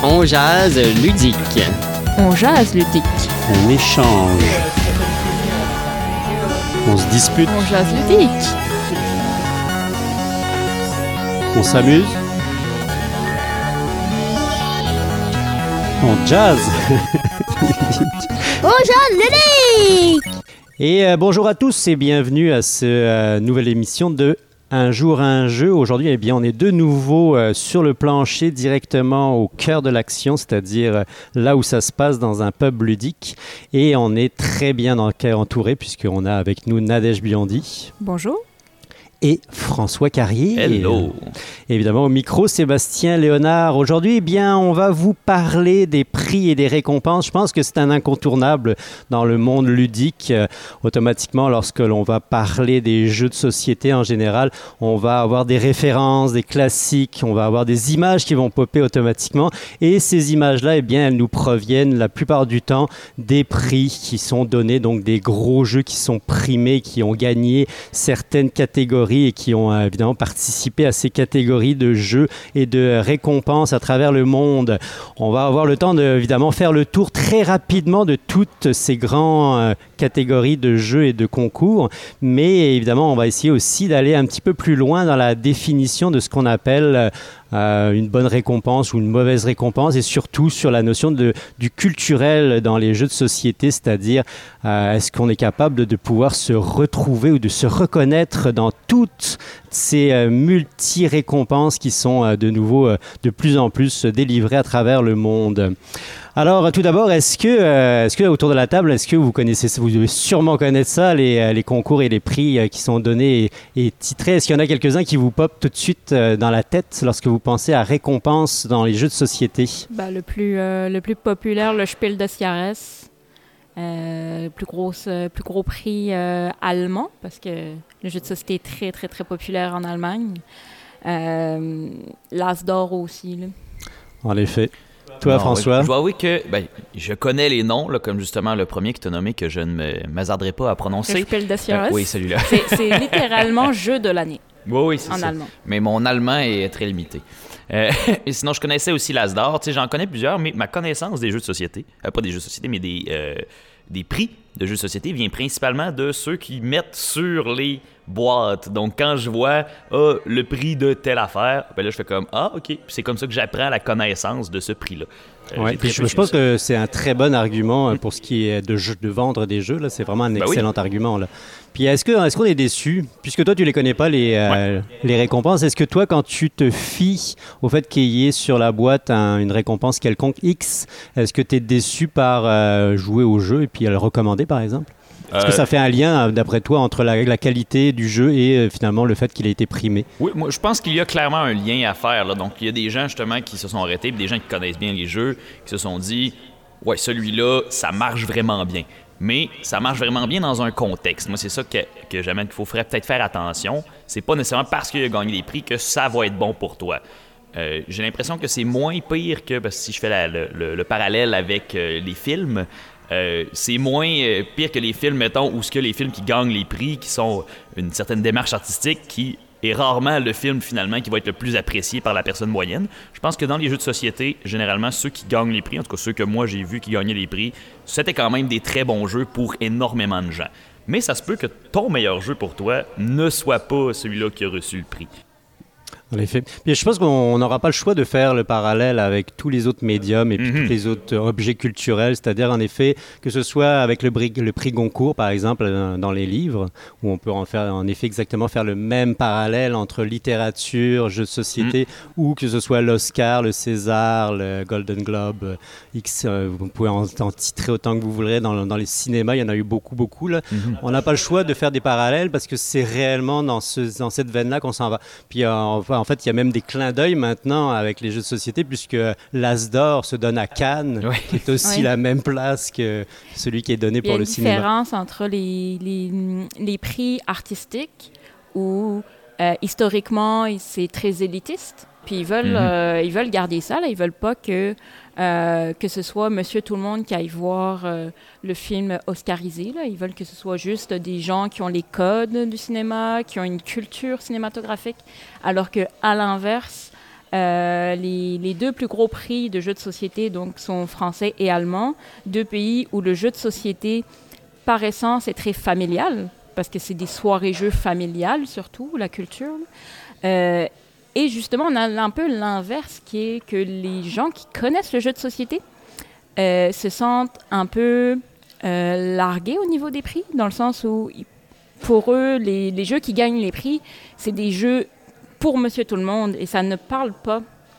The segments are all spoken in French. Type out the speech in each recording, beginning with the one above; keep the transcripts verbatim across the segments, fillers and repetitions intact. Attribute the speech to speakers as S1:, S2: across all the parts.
S1: On jase ludique.
S2: On jase ludique.
S3: On échange. On se dispute.
S2: On jase ludique.
S3: On s'amuse. On jazz.
S4: On jase ludique.
S3: Et euh, bonjour à tous et bienvenue à cette euh, nouvelle émission de Un jour un jeu. Aujourd'hui, eh bien, on est de nouveau euh, sur le plancher, directement au cœur de l'action, c'est-à-dire euh, là où ça se passe dans un pub ludique. Et on est très bien entouré puisqu'on a avec nous Nadège Biondi.
S2: Bonjour.
S3: Et François Carrier.
S5: Hello.
S3: Et, évidemment, au micro, Sébastien Léonard. Aujourd'hui, eh bien, on va vous parler des prix et des récompenses. Je pense que c'est un incontournable dans le monde ludique. Euh, automatiquement, lorsque l'on va parler des jeux de société en général, on va avoir des références, des classiques, on va avoir des images qui vont popper automatiquement. Et ces images-là, eh bien, elles nous proviennent la plupart du temps des prix qui sont donnés, donc des gros jeux qui sont primés, qui ont gagné certaines catégories et qui ont euh, évidemment participé à ces catégories de jeux et de récompenses à travers le monde. On va avoir le temps de évidemment faire le tour très rapidement de toutes ces grandes euh, catégories de jeux et de concours, mais évidemment on va essayer aussi d'aller un petit peu plus loin dans la définition de ce qu'on appelle euh, une bonne récompense ou une mauvaise récompense, et surtout sur la notion de, du culturel dans les jeux de société, c'est-à-dire euh, est-ce qu'on est capable de, de pouvoir se retrouver ou de se reconnaître dans toutes ces euh, multi-récompenses qui sont euh, de nouveau euh, de plus en plus délivrées à travers le monde. Alors, tout d'abord, est-ce que, euh, est-ce que autour de la table, est-ce que vous connaissez, vous devez sûrement connaître ça, les, les concours et les prix euh, qui sont donnés et, et titrés. Est-ce qu'il y en a quelques-uns qui vous popent tout de suite euh, dans la tête lorsque vous pensez à récompenses dans les jeux de société?
S2: Ben, le, plus, euh, le plus populaire, le Spiel des Jahres. Euh, le plus gros, euh, plus gros prix euh, allemand, parce que le jeu de société est très, très, très populaire en Allemagne. Euh, L'As d'or aussi. Là.
S3: En effet. Toi,
S5: non,
S3: François?
S5: Je dois avouer que ben, je connais les noms, là, comme justement le premier qui t'a nommé, que je ne me m'hasarderai pas à prononcer.
S2: Le Spiel des Jahres.
S5: Euh, oui, celui-là.
S2: C'est, c'est littéralement jeu de l'année.
S5: Oui, oui, c'est
S2: en
S5: ça.
S2: allemand.
S5: Mais mon allemand est très limité. Euh, et sinon, je connaissais aussi l'As d'or. Tu sais, j'en connais plusieurs, mais ma connaissance des jeux de société, euh, pas des jeux de société, mais des, euh, des prix de jeux de société vient principalement de ceux qui mettent sur les boîtes. Donc, quand je vois ah, le prix de telle affaire, ben là, je fais comme ah, OK. Puis c'est comme ça que j'apprends la connaissance de ce prix-là. Euh,
S3: ouais, puis je, je pense ça. que c'est un très bon argument pour ce qui est de, jeu, de vendre des jeux. Là. C'est vraiment un ben excellent oui. argument. Là. Puis est-ce, que, est-ce qu'on est déçu? Puisque toi, tu ne les connais pas, les, euh, ouais. les récompenses. Est-ce que toi, quand tu te fies au fait qu'il y ait sur la boîte un, une récompense quelconque X, est-ce que tu es déçu par euh, jouer au jeu et puis le recommander, par exemple? Est-ce que ça fait un lien, d'après toi, entre la, la qualité du jeu et euh, finalement le fait qu'il ait été primé?
S5: Oui, moi, je pense qu'il y a clairement un lien à faire. Là. Donc, il y a des gens, justement, qui se sont arrêtés, puis des gens qui connaissent bien les jeux, qui se sont dit « Ouais, celui-là, ça marche vraiment bien. » Mais ça marche vraiment bien dans un contexte. Moi, c'est ça que, que j'amène qu'il faut peut-être faire attention. C'est pas nécessairement parce qu'il a gagné des prix que ça va être bon pour toi. Euh, j'ai l'impression que c'est moins pire que, parce que si je fais la, le, le, le parallèle avec euh, les films, Euh, c'est moins euh, pire que les films, mettons, ou ce que les films qui gagnent les prix, qui sont une certaine démarche artistique, qui est rarement le film, finalement, qui va être le plus apprécié par la personne moyenne. Je pense que dans les jeux de société, généralement, ceux qui gagnent les prix, en tout cas ceux que moi j'ai vus qui gagnaient les prix, c'était quand même des très bons jeux pour énormément de gens. Mais ça se peut que ton meilleur jeu pour toi ne soit pas celui-là qui a reçu le prix.
S3: En effet. Puis je pense qu'on n'aura pas le choix de faire le parallèle avec tous les autres médiums et puis mm-hmm. tous les autres objets culturels, c'est-à-dire en effet que ce soit avec le, bri- le prix Goncourt par exemple dans les livres, où on peut en faire en effet exactement faire le même parallèle entre littérature, jeux de société, mm. ou que ce soit l'Oscar, le César, le Golden Globe, X, euh, vous pouvez en, en titrer autant que vous voudrez dans, dans les cinémas, il y en a eu beaucoup beaucoup là. Mm-hmm. On n'a pas le choix de faire des parallèles parce que c'est réellement dans, ce, dans cette veine-là qu'on s'en va. Puis euh, enfin, en fait, il y a même des clins d'œil maintenant avec les jeux de société, puisque l'As d'or se donne à Cannes, oui. qui est aussi oui. la même place que celui qui est donné pour le cinéma.
S2: Il y a une différence entre les, les, les prix artistiques, où euh, historiquement, c'est très élitiste, puis ils veulent, mm-hmm. euh, ils veulent garder ça, là, ils veulent pas que, euh, que ce soit Monsieur Tout-le-Monde qui aille voir euh, le film oscarisé, là. Ils veulent que ce soit juste des gens qui ont les codes du cinéma, qui ont une culture cinématographique, alors qu'à l'inverse, euh, les, les deux plus gros prix de jeux de société donc, sont français et allemand, deux pays où le jeu de société, par essence, est très familial, parce que c'est des soirées jeux familiales, surtout, la culture. Euh, et justement, on a un peu l'inverse, qui est que les gens qui connaissent le jeu de société euh, se sentent un peu euh, largués au niveau des prix, dans le sens où, pour eux, les, les jeux qui gagnent les prix, c'est des jeux pour monsieur tout le monde, et ça ne parle pas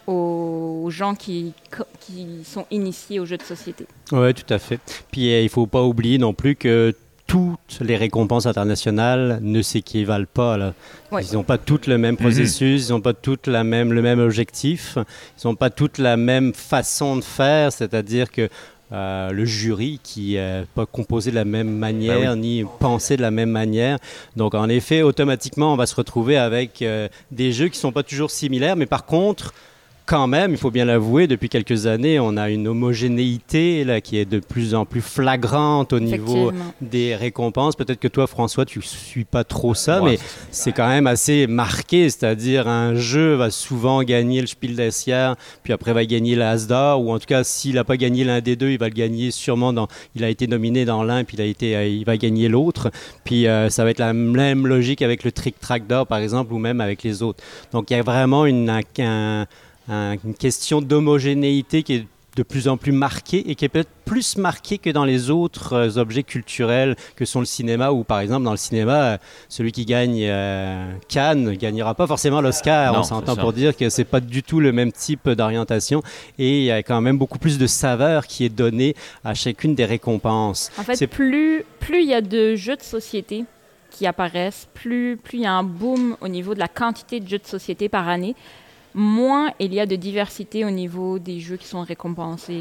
S2: aux gens qui, qui sont initiés aux jeux de société.
S3: Oui, tout à fait. Puis euh, il ne faut pas oublier non plus que toutes les récompenses internationales ne s'équivalent pas. Là. Ouais. Ils n'ont pas toutes le même processus, mm-hmm. ils n'ont pas toutes la même, le même objectif, ils n'ont pas toutes la même façon de faire, c'est-à-dire que Euh, le jury qui n'est pas composé de la même manière, ben oui. ni pensé de la même manière. Donc, en effet, automatiquement, on va se retrouver avec euh, des jeux qui ne sont pas toujours similaires, mais par contre, quand même, il faut bien l'avouer, depuis quelques années, on a une homogénéité là, qui est de plus en plus flagrante au niveau des récompenses. Peut-être que toi, François, tu ne suis pas trop ça, ouais, mais c'est, c'est quand même assez marqué. C'est-à-dire, un jeu va souvent gagner le Spiel des Jahres, puis après va gagner l'As d'or, ou en tout cas, s'il n'a pas gagné l'un des deux, il va le gagner sûrement dans... Il a été nominé dans l'un, puis il, a été, euh, il va gagner l'autre. Puis euh, ça va être la même logique avec le Trick Track d'or, par exemple, ou même avec les autres. Donc, il y a vraiment une... Un, une question d'homogénéité qui est de plus en plus marquée et qui est peut-être plus marquée que dans les autres euh, objets culturels que sont le cinéma, où par exemple dans le cinéma, euh, celui qui gagne euh, Cannes ne gagnera pas forcément l'Oscar. Non, on s'entend pour dire que c'est pas du tout le même type d'orientation et il y a quand même beaucoup plus de saveur qui est donnée à chacune des récompenses.
S2: En fait, c'est... plus plus il y a de jeux de société qui apparaissent, plus plus il y a un boom au niveau de la quantité de jeux de société par année, moins il y a de diversité au niveau des jeux qui sont récompensés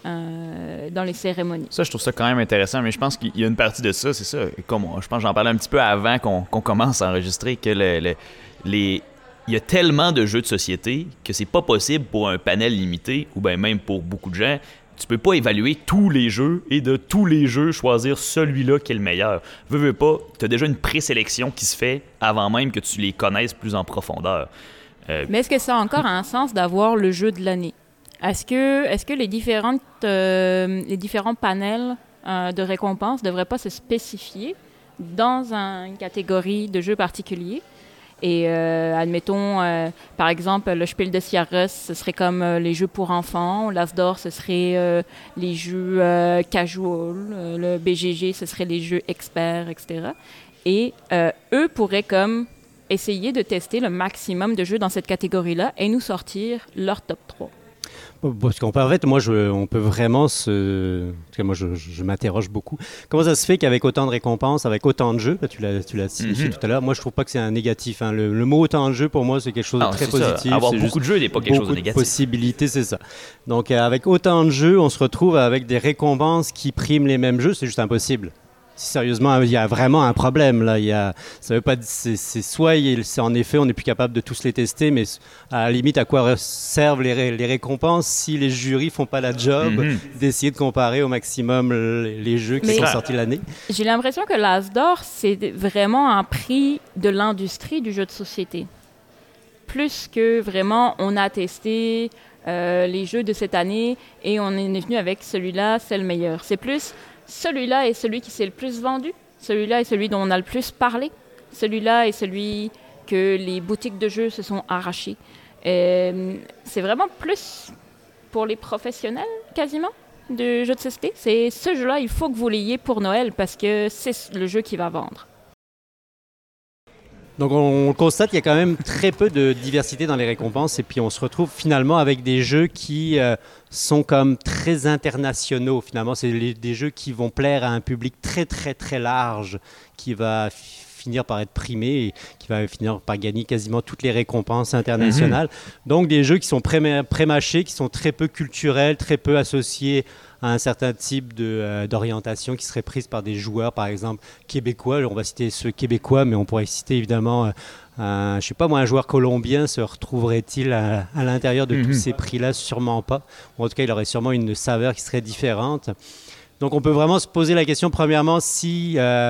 S2: euh, dans les cérémonies.
S5: Ça, je trouve ça quand même intéressant, mais je pense qu'il y a une partie de ça, c'est ça. Comme je pense que j'en parlais un petit peu avant qu'on, qu'on commence à enregistrer, que le, le, les, il y a tellement de jeux de société que c'est pas possible pour un panel limité, ou bien même pour beaucoup de gens, tu peux pas évaluer tous les jeux et de tous les jeux choisir celui-là qui est le meilleur. Veux, veux pas, tu as déjà une présélection qui se fait avant même que tu les connaisses plus en profondeur.
S2: Euh, Mais est-ce que ça a encore un sens d'avoir le jeu de l'année? Est-ce que, est-ce que les, différentes, euh, les différents panels euh, de récompenses ne devraient pas se spécifier dans un, une catégorie de jeux particuliers? Et euh, admettons, euh, par exemple, le Spiel des Jahres, ce serait comme euh, les jeux pour enfants. L'As d'or, ce serait euh, les jeux euh, casual. Euh, le B G G, ce serait les jeux experts, et cetera. Et euh, eux pourraient comme essayer de tester le maximum de jeux dans cette catégorie-là et nous sortir leur top trois.
S3: Parce qu'en fait, moi, je, on peut vraiment se... En tout cas, moi, je, je, je m'interroge beaucoup. Comment ça se fait qu'avec autant de récompenses, avec autant de jeux, là, tu l'as, tu l'as signifié mm-hmm. tout à l'heure, moi, je trouve pas que c'est un négatif. Hein. Le, le mot autant de jeux, pour moi, c'est quelque chose de ah, très positif.
S5: Ça. Avoir
S3: c'est
S5: beaucoup de jeux n'est pas quelque chose de négatif.
S3: Beaucoup de possibilités, c'est ça. Donc, euh, avec autant de jeux, on se retrouve avec des récompenses qui priment les mêmes jeux, c'est juste impossible. Sérieusement, il y a vraiment un problème là. Il y a, ça veut pas, c'est, c'est soit il, c'est en effet on n'est plus capable de tous les tester, mais à la limite à quoi servent les, ré, les récompenses si les jurys font pas la job mm-hmm. d'essayer de comparer au maximum les, les jeux qui mais sont sortis l'année.
S2: J'ai l'impression que l'As d'or c'est vraiment un prix de l'industrie du jeu de société, plus que vraiment on a testé euh, les jeux de cette année et on est venu avec celui-là, c'est le meilleur. C'est plus celui-là est celui qui s'est le plus vendu. Celui-là est celui dont on a le plus parlé. Celui-là est celui que les boutiques de jeux se sont arrachées. Euh, c'est vraiment plus pour les professionnels, quasiment, de jeux de société. C'est ce jeu-là, il faut que vous l'ayez pour Noël parce que c'est le jeu qui va vendre.
S3: Donc on constate qu'il y a quand même très peu de diversité dans les récompenses et puis on se retrouve finalement avec des jeux qui euh, sont comme très internationaux. Finalement, c'est les, des jeux qui vont plaire à un public très très très large qui va f- finir par être primé et qui va finir par gagner quasiment toutes les récompenses internationales. Mmh. Donc des jeux qui sont pré- pré-mâchés, qui sont très peu culturels, très peu associés à un certain type de, euh, d'orientation qui serait prise par des joueurs, par exemple, québécois. On va citer ceux québécois, mais on pourrait citer évidemment, euh, un, je ne sais pas moi, un joueur colombien se retrouverait-il à, à l'intérieur de mm-hmm. tous ces prix-là? Sûrement pas. Ou en tout cas, il aurait sûrement une saveur qui serait différente. Donc, on peut vraiment se poser la question, premièrement, si... Euh,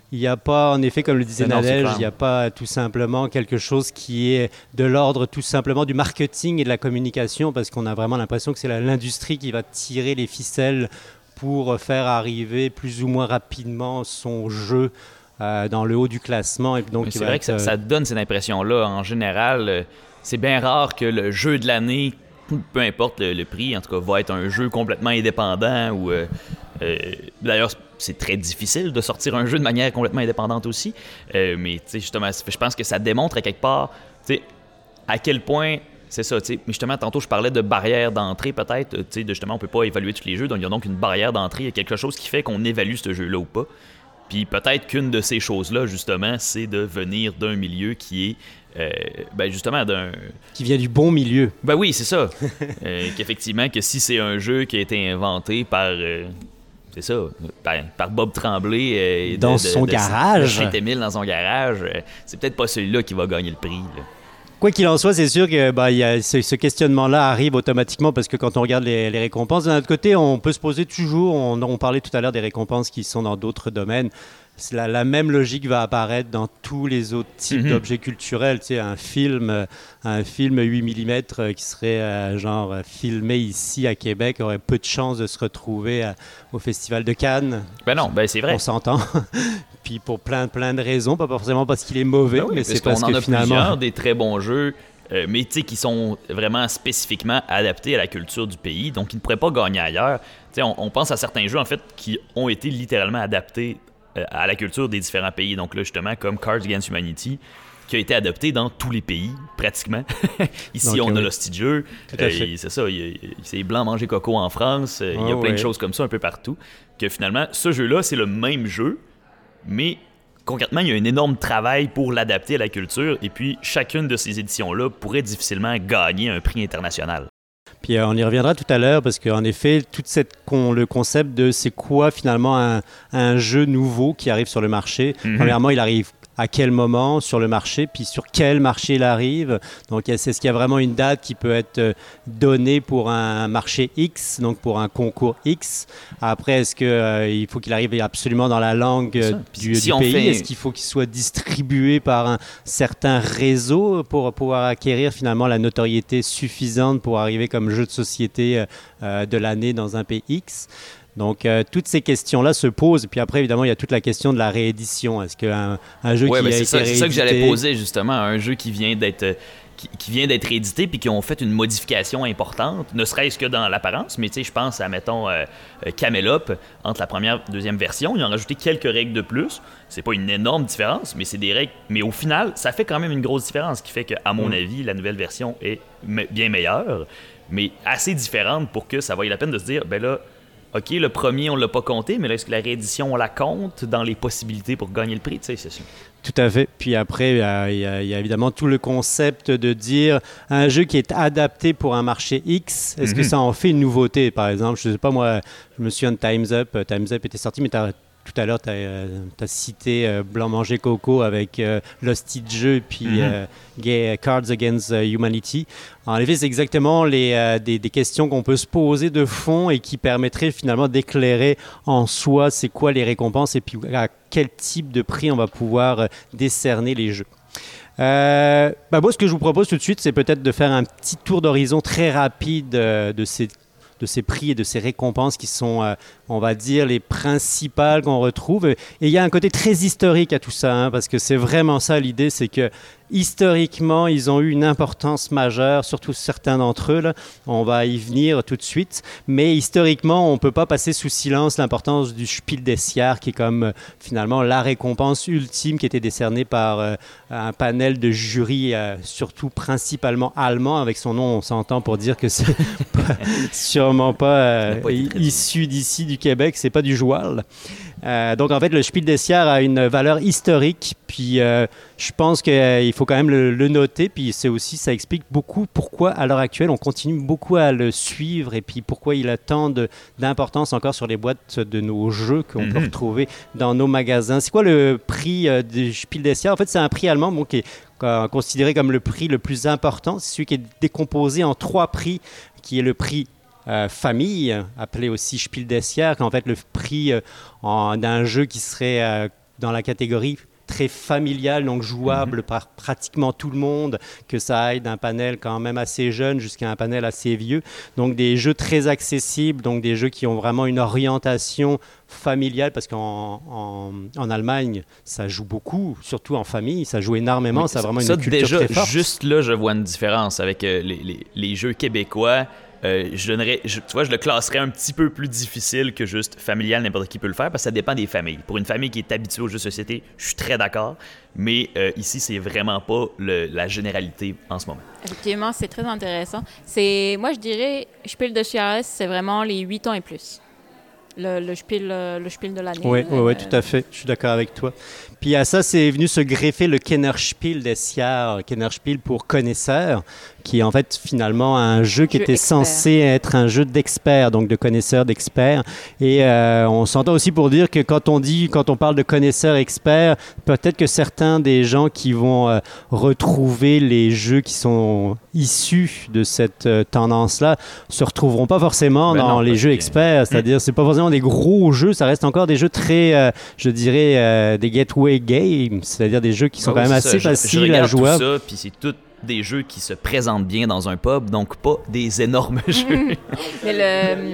S3: Il n'y a pas, en effet, comme le disait
S5: non,
S3: Nadège, il n'y a pas tout simplement quelque chose qui est de l'ordre tout simplement du marketing et de la communication, parce qu'on a vraiment l'impression que c'est la, l'industrie qui va tirer les ficelles pour faire arriver plus ou moins rapidement son jeu euh, dans le haut du classement. Et donc,
S5: c'est vrai être, que ça, ça donne cette impression-là. En général, euh, c'est bien rare que le jeu de l'année, peu importe le, le prix, en tout cas, va être un jeu complètement indépendant ou... Euh, euh, d'ailleurs, c'est très difficile de sortir un jeu de manière complètement indépendante aussi. Euh, mais tu sais, justement, je pense que ça démontre à quelque part, tu sais, à quel point, c'est ça, tu sais, mais justement, tantôt, je parlais de barrière d'entrée peut-être, tu sais, justement, on peut pas évaluer tous les jeux, donc il y a donc une barrière d'entrée, il y a quelque chose qui fait qu'on évalue ce jeu-là ou pas. Puis peut-être qu'une de ces choses-là, justement, c'est de venir d'un milieu qui est, euh, ben justement, d'un...
S3: Qui vient du bon milieu.
S5: Ben oui, c'est ça. euh, qu'effectivement, que si c'est un jeu qui a été inventé par... Euh, c'est ça, par, par Bob Tremblay. Euh,
S3: dans
S5: de,
S3: son
S5: de,
S3: garage.
S5: De Saint-Émile dans son garage. Euh, c'est peut-être pas celui-là qui va gagner le prix. Là.
S3: Quoi qu'il en soit, c'est sûr que bah, y a ce, ce questionnement-là arrive automatiquement parce que quand on regarde les, les récompenses, d'un autre côté, on peut se poser toujours, on, on parlait tout à l'heure des récompenses qui sont dans d'autres domaines. La, la même logique va apparaître dans tous les autres types mm-hmm. d'objets culturels. Tu sais, un film, un film huit millimètres qui serait euh, genre filmé ici à Québec aurait peu de chances de se retrouver à, au Festival de Cannes.
S5: Ben non, ben c'est vrai.
S3: On s'entend. Puis pour plein, plein de raisons, pas forcément parce qu'il est mauvais, ben oui, mais c'est parce, parce
S5: qu'on
S3: que
S5: en a
S3: finalement...
S5: plusieurs des très bons jeux, euh, mais tu sais, qui sont vraiment spécifiquement adaptés à la culture du pays, donc ils ne pourraient pas gagner ailleurs. Tu sais, on, on pense à certains jeux, en fait, qui ont été littéralement adaptés à la culture des différents pays. Donc là, justement, comme Cards Against Humanity, qui a été adopté dans tous les pays, pratiquement. Ici, donc, on oui. a l'hostie de jeu. Euh, c'est ça, il y a, c'est blanc manger coco en France. Oh, il y a plein ouais. de choses comme ça un peu partout. Que finalement, ce jeu-là, c'est le même jeu, mais concrètement, il y a un énorme travail pour l'adapter à la culture. Et puis, chacune de ces éditions-là pourrait difficilement gagner un prix international.
S3: Puis euh, on y reviendra tout à l'heure parce qu'en effet, tout cette con, le concept de c'est quoi finalement un, un jeu nouveau qui arrive sur le marché. Mm-hmm. Premièrement, il arrive à quel moment sur le marché, puis sur quel marché il arrive. Donc, est-ce qu'il y a vraiment une date qui peut être donnée pour un marché X, donc pour un concours X? Après, est-ce qu'il euh, faut qu'il arrive absolument dans la langue euh, du, si du pays? Fait... Est-ce qu'il faut qu'il soit distribué par un certain réseau pour pouvoir acquérir finalement la notoriété suffisante pour arriver comme jeu de société euh, de l'année dans un pays X? Donc, euh, toutes ces questions-là se posent. Puis après, évidemment, il y a toute la question de la réédition. Est-ce qu'un un jeu
S5: ouais,
S3: qui
S5: ben
S3: a
S5: c'est
S3: été
S5: ça,
S3: réédité...
S5: C'est ça que j'allais poser, justement. Un jeu qui vient d'être... Qui, qui vient d'être réédité puis qui ont fait une modification importante, ne serait-ce que dans l'apparence, mais tu sais, je pense à, mettons, euh, Camelop, entre la première et deuxième version, ils ont rajouté quelques règles de plus. C'est pas une énorme différence, mais c'est des règles... Mais au final, ça fait quand même une grosse différence, ce qui fait qu'à mon mm. avis, la nouvelle version est me- bien meilleure, mais assez différente pour que ça vaille la peine de se dire, ben là, OK, le premier, on ne l'a pas compté, mais là, est-ce que la réédition, on la compte dans les possibilités pour gagner le prix? Tu sais, c'est ça.
S3: Tout à fait. Puis après, il y, a, il y a évidemment tout le concept de dire un jeu qui est adapté pour un marché X, est-ce mm-hmm. que ça en fait une nouveauté, par exemple? Je ne sais pas, moi, je me souviens de Time's Up. Time's Up était sorti, mais tu as... Tout à l'heure, tu as euh, cité euh, Blanc Manger Coco avec euh, l'hostie de jeu et puis mm-hmm. euh, Cards Against Humanity. En effet, c'est exactement les, euh, des, des questions qu'on peut se poser de fond et qui permettraient finalement d'éclairer en soi c'est quoi les récompenses et puis à quel type de prix on va pouvoir euh, décerner les jeux. Euh, bah moi, ce que je vous propose tout de suite, c'est peut-être de faire un petit tour d'horizon très rapide euh, de ces de ces prix et de ces récompenses qui sont, euh, on va dire, les principales qu'on retrouve. Et il y a un côté très historique à tout ça, hein, parce que c'est vraiment ça l'idée, c'est que historiquement, ils ont eu une importance majeure, surtout certains d'entre eux. Là. On va y venir tout de suite. Mais historiquement, on ne peut pas passer sous silence l'importance du Spiel des Jahres, qui est comme euh, finalement la récompense ultime qui était décernée par euh, un panel de jury, euh, surtout principalement allemand. Avec son nom, on s'entend pour dire que c'est pas, sûrement pas, euh, pas issu d'ici, du Québec. C'est pas du joual. Euh, donc, en fait, le Spiel des Jahres a une valeur historique. Puis, euh, je pense qu'il euh, faut quand même le, le noter. Puis, c'est aussi, ça explique beaucoup pourquoi, à l'heure actuelle, on continue beaucoup à le suivre. Et puis, pourquoi il a tant de, d'importance encore sur les boîtes de nos jeux qu'on mm-hmm. peut retrouver dans nos magasins. C'est quoi le prix euh, du Spiel des Jahres? En fait, c'est un prix allemand bon, qui est euh, considéré comme le prix le plus important. C'est celui qui est décomposé en trois prix, qui est le prix Euh, famille, appelé aussi Spiel des Jahres, en fait le prix euh, en, d'un jeu qui serait euh, dans la catégorie très familial, donc jouable mm-hmm. par pratiquement tout le monde, que ça aille d'un panel quand même assez jeune jusqu'à un panel assez vieux. Donc des jeux très accessibles, donc des jeux qui ont vraiment une orientation familiale, parce qu'en en, en Allemagne, ça joue beaucoup, surtout en famille, ça joue énormément, oui, ça a vraiment ça, une culture
S5: déjà,
S3: très forte.
S5: Juste là, je vois une différence avec euh, les, les, les jeux québécois. Euh, je donnerais, je, tu vois, je le classerais un petit peu plus difficile que juste familial, n'importe qui peut le faire, parce que ça dépend des familles. Pour une famille qui est habituée aux jeux de société, je suis très d'accord, mais euh, ici, c'est vraiment pas le, la généralité en ce moment.
S2: Effectivement, c'est très intéressant. C'est, moi, je dirais, Spiel des Jahres, c'est vraiment les huit ans et plus. Le, le, spiel, le spiel de l'année.
S3: Oui,
S2: euh,
S3: ouais, ouais, tout à fait. Je suis d'accord avec toi. Puis à ça, c'est venu se greffer le Kennerspiel des Jahres, Kennerspiel pour connaisseurs, qui est en fait finalement un jeu qui jeu était expert. Censé être un jeu d'experts, donc de connaisseurs, d'experts. Et euh, on s'entend aussi pour dire que quand on dit, quand on parle de connaisseurs, experts, peut-être que certains des gens qui vont euh, retrouver les jeux qui sont issus de cette euh, tendance-là se retrouveront pas forcément ben dans non, les jeux experts. C'est-à-dire, mmh. c'est pas forcément des gros jeux, ça reste encore des jeux très, euh, je dirais, euh, des gateway games, c'est-à-dire des jeux qui sont ah, quand même assez
S5: ça.
S3: faciles
S5: je, je
S3: à jouer.
S5: Tout ça, puis c'est tout des jeux qui se présentent bien dans un pub, donc pas des énormes jeux.
S2: Mais le...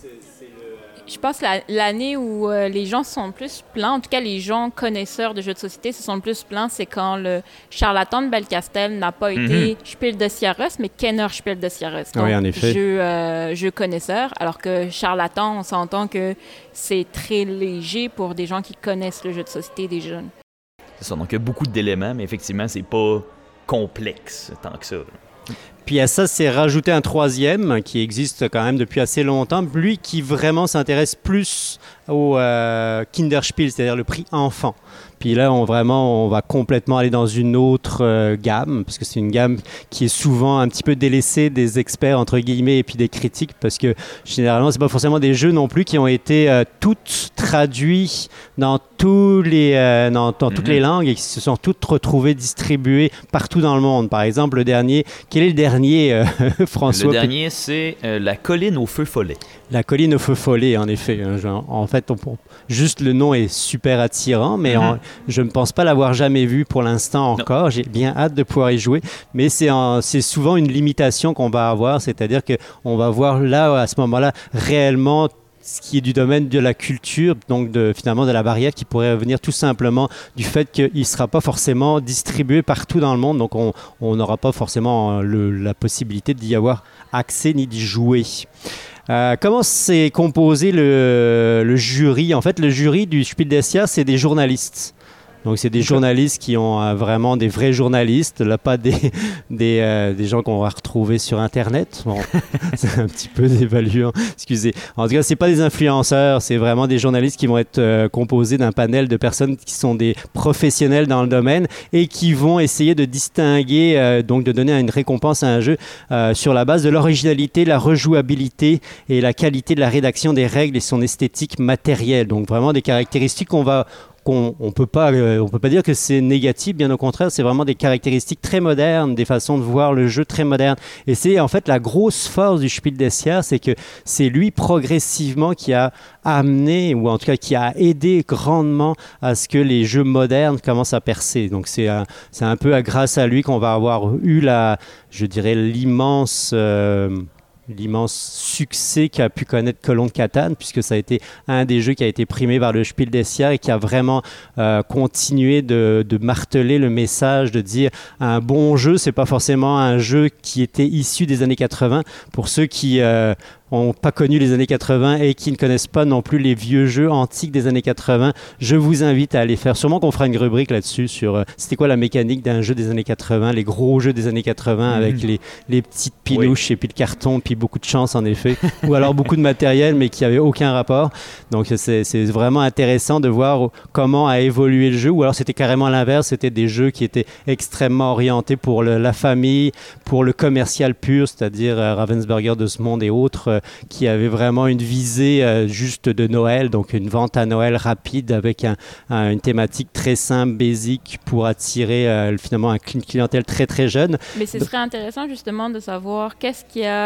S2: Je pense que la, l'année où euh, les gens sont le plus plaints, en tout cas les gens connaisseurs de jeux de société se sont le plus plaints, c'est quand le charlatan de Belcastel n'a pas mm-hmm. été Spiel des Jahres, mais Kenner Spiel des Jahres. Donc,
S3: oui, en effet.
S2: Jeu, euh, jeu connaisseur, alors que charlatan, on s'entend que c'est très léger pour des gens qui connaissent le jeu de société des jeunes.
S5: C'est ça, donc il y a beaucoup d'éléments, mais effectivement, c'est pas complexe tant que ça.
S3: Puis à ça, c'est rajouté un troisième qui existe quand même depuis assez longtemps, lui qui vraiment s'intéresse plus au euh, Kinderspiel, c'est-à-dire le prix enfant. Puis là, on, vraiment, on va complètement aller dans une autre euh, gamme, parce que c'est une gamme qui est souvent un petit peu délaissée des experts, entre guillemets, et puis des critiques, parce que généralement, c'est pas forcément des jeux non plus qui ont été euh, toutes traduits dans, tous les, euh, dans, dans mm-hmm. toutes les langues et qui se sont toutes retrouvées distribuées partout dans le monde. Par exemple, le dernier, quel est le dernier, euh, François?
S5: Le dernier, c'est euh, La colline au feu follet. La
S3: colline au feu follet, en effet. Genre, en fait, on, on, juste le nom est super attirant, mais mm-hmm. en, je ne pense pas l'avoir jamais vu pour l'instant encore. Non. J'ai bien hâte de pouvoir y jouer, mais c'est, en, c'est souvent une limitation qu'on va avoir, c'est-à-dire qu'on va voir là, à ce moment-là, réellement ce qui est du domaine de la culture, donc de, finalement de la barrière qui pourrait venir tout simplement du fait qu'il ne sera pas forcément distribué partout dans le monde, donc on n'aura pas forcément le, la possibilité d'y avoir accès ni d'y jouer. Euh, comment c'est composé le, le jury? En fait, le jury du Spiel des Jahres, c'est des journalistes. Donc, c'est des journalistes qui ont euh, vraiment des vrais journalistes, là, pas des, des, euh, des gens qu'on va retrouver sur Internet. Bon, c'est un petit peu dévaluant, excusez. En tout cas, c'est pas des influenceurs, c'est vraiment des journalistes qui vont être euh, composés d'un panel de personnes qui sont des professionnels dans le domaine et qui vont essayer de distinguer, euh, donc de donner une récompense à un jeu euh, sur la base de l'originalité, la rejouabilité et la qualité de la rédaction des règles et son esthétique matérielle. Donc, vraiment des caractéristiques qu'on va qu'on on peut pas euh, on peut pas dire que c'est négatif, bien au contraire, c'est vraiment des caractéristiques très modernes, des façons de voir le jeu très modernes. Et c'est en fait la grosse force du Spiel des Jahres, c'est que c'est lui progressivement qui a amené, ou en tout cas qui a aidé grandement à ce que les jeux modernes commencent à percer. Donc c'est un, c'est un peu grâce à lui qu'on va avoir eu la, je dirais, l'immense euh, l'immense succès qu'a pu connaître Colon de Catane, puisque ça a été un des jeux qui a été primé par le Spiel des Jahres et qui a vraiment euh, continué de, de marteler le message, de dire un bon jeu, c'est pas forcément un jeu qui était issu des années quatre-vingts. Pour ceux qui euh, n'ont pas connu les années quatre-vingts et qui ne connaissent pas non plus les vieux jeux antiques des années quatre-vingts, je vous invite à aller faire. Sûrement qu'on fera une rubrique là-dessus sur euh, c'était quoi la mécanique d'un jeu des années quatre-vingts, les gros jeux des années quatre-vingts mmh. avec les, les petites pinouches oui. et puis le carton, puis beaucoup de chance en effet, ou alors beaucoup de matériel mais qui n'avait aucun rapport. Donc c'est, c'est vraiment intéressant de voir comment a évolué le jeu, ou alors c'était carrément l'inverse, c'était des jeux qui étaient extrêmement orientés pour le, la famille, pour le commercial pur, c'est-à-dire euh, Ravensburger de ce monde et autres, euh, qui avaient vraiment une visée euh, juste de Noël, donc une vente à Noël rapide avec un, un, une thématique très simple, basique, pour attirer euh, finalement une clientèle très très jeune.
S2: Mais ce serait intéressant justement de savoir qu'est-ce qui a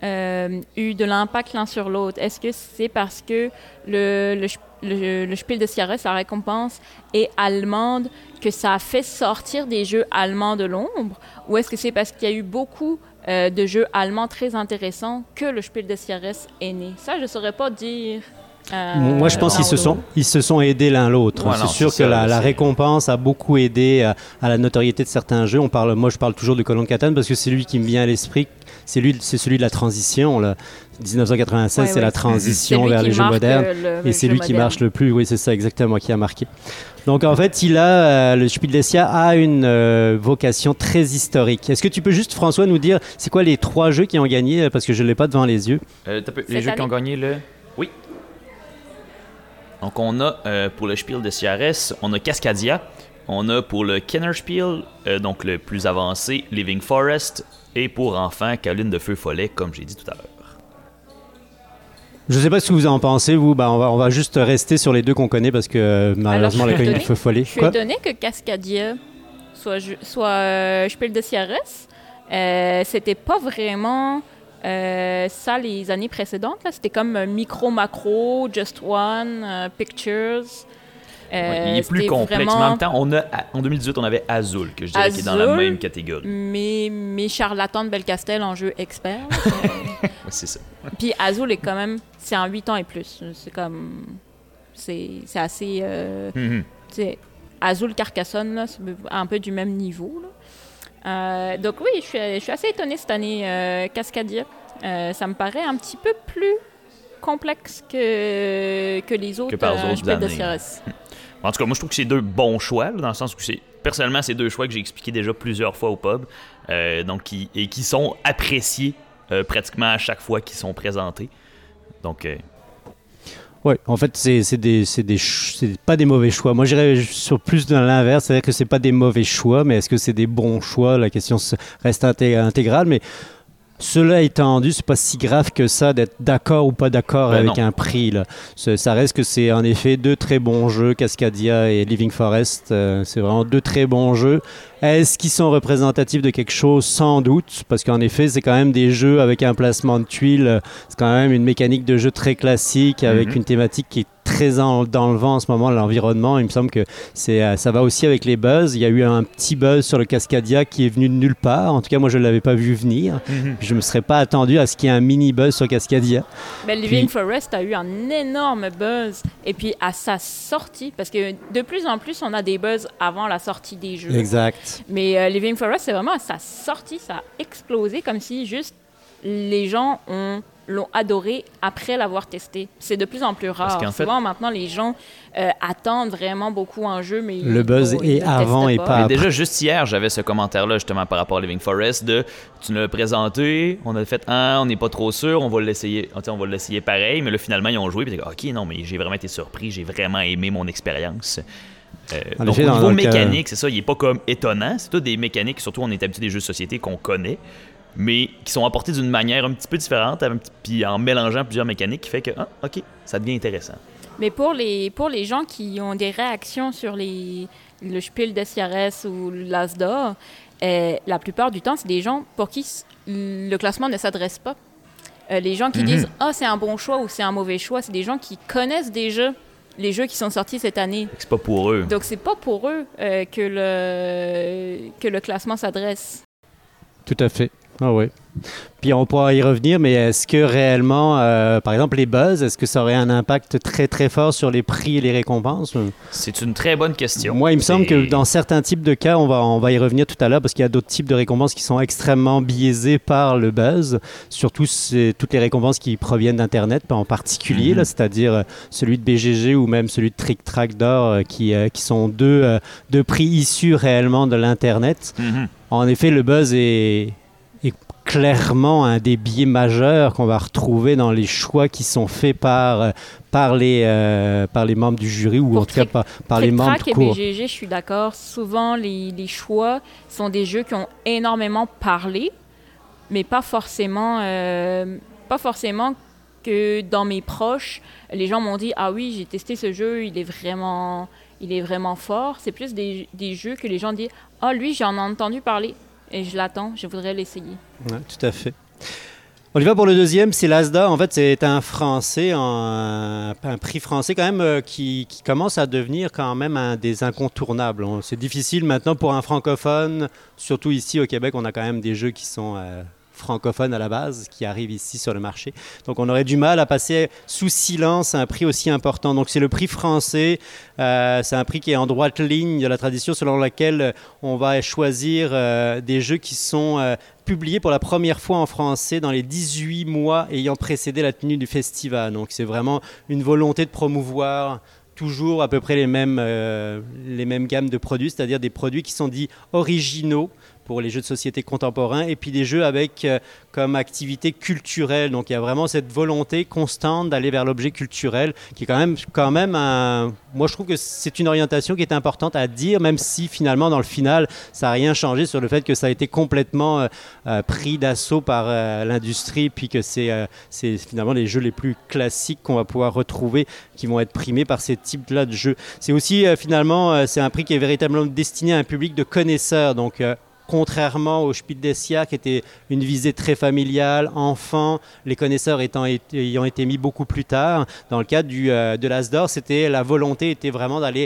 S2: euh, eu de l'impact l'un sur l'autre? Est-ce que c'est parce que le, le, le, le Spiel des Jahres, la récompense, est allemande, que ça a fait sortir des jeux allemands de l'ombre? Ou est-ce que c'est parce qu'il y a eu beaucoup euh, de jeux allemands très intéressants que le Spiel des Jahres est né? Ça, je ne saurais pas dire. Euh,
S3: Moi, je pense qu'ils se sont, ils se sont aidés l'un l'autre.
S5: Ouais,
S3: c'est
S5: non,
S3: sûr
S5: c'est
S3: que
S5: ça,
S3: la, la
S5: c'est...
S3: récompense a beaucoup aidé à, à la notoriété de certains jeux. On parle, moi, je parle toujours de Call of Catan parce que c'est lui qui me vient à l'esprit. C'est, lui, c'est celui de la transition. Là. dix-neuf cent quatre-vingt-seize,
S2: ouais,
S3: c'est
S2: ouais,
S3: la transition vers les jeux modernes.
S2: Le, le
S3: et c'est
S2: jeu
S3: lui qui
S2: moderne.
S3: marche le plus. Oui, c'est ça exactement qui a marqué. Donc, en fait, il a, euh, le Spiel des Jahres a une euh, vocation très historique. Est-ce que tu peux juste, François, nous dire c'est quoi les trois jeux qui ont gagné? Parce que je ne l'ai pas devant les yeux.
S5: Euh, t'as peu- les jeux
S2: année?
S5: qui ont gagné le... Oui. Donc, on a, euh, pour le Spiel des Jahres, on a Cascadia. On a pour le Kennerspiel, euh, donc le plus avancé, Living Forest. Et pour enfants, Caroline de Feu Follet, comme j'ai dit tout à l'heure.
S3: Je ne sais pas ce que vous en pensez, vous. Ben, on, va, on va juste rester sur les deux qu'on connaît parce que euh, malheureusement,
S2: Alors,
S3: la
S2: je suis
S3: colline de Feu Follet.
S2: Je suis
S3: Quoi?
S2: étonnée que Cascadia soit, ju- soit euh, Spiel des Jahres. Euh, c'était pas vraiment euh, ça les années précédentes. Là. C'était comme euh, Micro Macro, Just One, euh, Pictures. Euh,
S5: Ouais, il est plus
S2: c'était
S5: complexe.
S2: vraiment-
S5: Mais en même temps, on a, en deux mille dix-huit, on avait Azul, que je dirais qui est dans la
S2: Azul,
S5: même catégorie.
S2: Mais mes charlatans de Belcastel en jeu expert.
S5: Ouais, c'est ça.
S2: Puis Azul est quand même, c'est en huit ans et plus. C'est comme, c'est, c'est assez, euh,
S5: Mhm.
S2: c'est Azul Carcassonne là, c'est un peu du même niveau là. Euh, donc oui, je suis, je suis assez étonnée cette année. Euh, Cascadia, euh, ça me paraît un petit peu plus complexe que que les autres.
S5: Que par
S2: euh,
S5: autres
S2: Spiel des
S5: années.
S2: Jahres.
S5: En tout cas, moi, je trouve que c'est deux bons choix, là, dans le sens où c'est personnellement, c'est deux choix que j'ai expliqués déjà plusieurs fois au pub, euh, donc qui, et qui sont appréciés euh, pratiquement à chaque fois qu'ils sont présentés. Donc, euh,
S3: Oui, en fait, c'est, c'est, des, c'est, des ch- c'est pas des mauvais choix. Moi, j'irais sur plus dans l'inverse, c'est-à-dire que c'est pas des mauvais choix, mais est-ce que c'est des bons choix? La question se- reste inté- intégrale, mais cela étant dit, c'est pas si grave que ça d'être d'accord ou pas d'accord
S5: Ben
S3: avec
S5: non.
S3: un prix. Là. C'est- Ça reste que c'est en effet deux très bons jeux, Cascadia et Living Forest. Euh, c'est vraiment deux très bons jeux. Est-ce qu'ils sont représentatifs de quelque chose? Sans doute, parce qu'en effet, c'est quand même des jeux avec un placement de tuiles. C'est quand même une mécanique de jeu très classique, avec
S5: Mhm.
S3: une thématique qui est très en- dans le vent en ce moment, l'environnement. Il me semble que c'est, euh, ça va aussi avec les buzz. Il y a eu un petit buzz sur le Cascadia qui est venu de nulle part. En tout cas, moi, je ne l'avais pas vu venir. Je ne me serais pas attendu à ce qu'il y ait un mini buzz sur Cascadia.
S2: Ben, Living
S3: Puis-
S2: Forest a eu un énorme buzz. Et puis à sa sortie, parce que de plus en plus, on a des buzz avant la sortie des jeux.
S3: Exact.
S2: Mais euh, Living Forest, c'est vraiment à sa sortie, ça a explosé comme si juste les gens ont, l'ont adoré après l'avoir testé. C'est de plus en plus
S5: Parce
S2: rare.
S5: qu'en fait-
S2: Souvent, maintenant, les gens euh, attendent vraiment beaucoup un jeu, mais
S3: Le
S2: ils-
S3: buzz
S2: bon, ils
S3: est
S2: le
S3: avant
S2: testent
S3: et pas
S5: mais
S3: après.
S5: déjà, juste hier, j'avais ce commentaire-là justement par rapport à Living Forest de tu nous l'as présenté, on a fait ah, on n'est pas trop sûr, on va l'essayer, tu sais, on va l'essayer pareil, mais là finalement ils ont joué, puis t'es comme, ok, non, mais j'ai vraiment été surpris, j'ai vraiment aimé mon expérience. Euh,
S3: En
S5: donc
S3: effet,
S5: au
S3: dans
S5: niveau
S3: le cas-
S5: mécanique, c'est ça, il est pas comme étonnant, c'est tout des mécaniques, surtout on est habitué des jeux de société qu'on connaît, mais qui sont apportés d'une manière un petit peu différente, un petit- puis en mélangeant plusieurs mécaniques, qui fait que ah, ok, ça devient intéressant.
S2: Mais pour les, pour les gens qui ont des réactions sur les, le Spiel des Jahres ou l'Asda, euh, la plupart du temps, c'est des gens pour qui s- le classement ne s'adresse pas. Euh, les gens qui
S5: Mhm.
S2: disent « Ah, c'est un bon choix » ou « C'est un mauvais choix », c'est des gens qui connaissent déjà les jeux qui sont sortis cette année.
S5: C'est pas pour eux.
S2: Donc, c'est pas pour eux euh, que, le, que le classement s'adresse.
S3: Tout à fait. Ah ouais. Puis on pourra y revenir, mais est-ce que réellement, euh, par exemple, les buzz, est-ce que ça aurait un impact très très fort sur les prix et les récompenses?
S5: C'est une très bonne question.
S3: Moi, il me semble
S5: C'est-
S3: que dans certains types de cas, on va, on va y revenir tout à l'heure, parce qu'il y a d'autres types de récompenses qui sont extrêmement biaisées par le buzz, surtout c'est toutes les récompenses qui proviennent d'Internet, en particulier,
S5: Mhm.
S3: là, c'est-à-dire euh, celui de B G G ou même celui de Trick Track d'Or, euh, qui, euh, qui sont deux, euh, deux prix issus réellement de l'Internet.
S5: Mhm.
S3: En effet, le buzz est, est clairement un des biais majeurs qu'on va retrouver dans les choix qui sont faits par, euh, par, les, euh, par les membres du jury ou
S2: Pour
S3: en tout cas
S2: Trick-
S3: par, par les
S2: Trick
S3: membres
S2: Track
S3: tout
S2: et
S3: court.
S2: B G G, je suis d'accord. Souvent, les, les choix sont des jeux qui ont énormément parlé, mais pas forcément, euh, pas forcément que dans mes proches, les gens m'ont dit « Ah oui, j'ai testé ce jeu, il est vraiment, il est vraiment fort. » C'est plus des, des jeux que les gens disent « Ah, lui, j'en ai entendu parler et je l'attends, je voudrais l'essayer. »
S3: Ouais, tout à fait. On y va pour le deuxième, c'est l'Asda. En fait, c'est un français, un, un prix français quand même euh, qui, qui commence à devenir quand même un des incontournables. On, c'est difficile maintenant pour un francophone, surtout ici au Québec, on a quand même des jeux qui sont euh, francophones à la base, qui arrivent ici sur le marché. Donc on aurait du mal à passer sous silence un prix aussi important. Donc c'est le prix français, euh, c'est un prix qui est en droite ligne de la tradition selon laquelle on va choisir euh, des jeux qui sont... Euh, publié pour la première fois en français dans les dix-huit mois ayant précédé la tenue du festival. Donc c'est vraiment une volonté de promouvoir toujours à peu près les mêmes, euh, les mêmes gammes de produits, c'est-à-dire des produits qui sont dits originaux pour les jeux de société contemporains et puis des jeux avec euh, comme activité culturelle. Donc il y a vraiment cette volonté constante d'aller vers l'objet culturel qui est quand même, quand même un... Moi je trouve que c'est une orientation qui est importante à dire, même si finalement dans le final ça n'a rien changé sur le fait que ça a été complètement euh, euh, pris d'assaut par euh, l'industrie puis que c'est, euh, c'est finalement les jeux les plus classiques qu'on va pouvoir retrouver qui vont être primés par ces types-là de jeux. C'est aussi euh, finalement euh, c'est un prix qui est véritablement destiné à un public de connaisseurs. Donc euh, contrairement au Spiel des Jahres, qui était une visée très familiale, enfant, les connaisseurs étant, ayant été mis beaucoup plus tard. Dans le cadre du, euh, de l'Asdor, c'était, la volonté était vraiment d'aller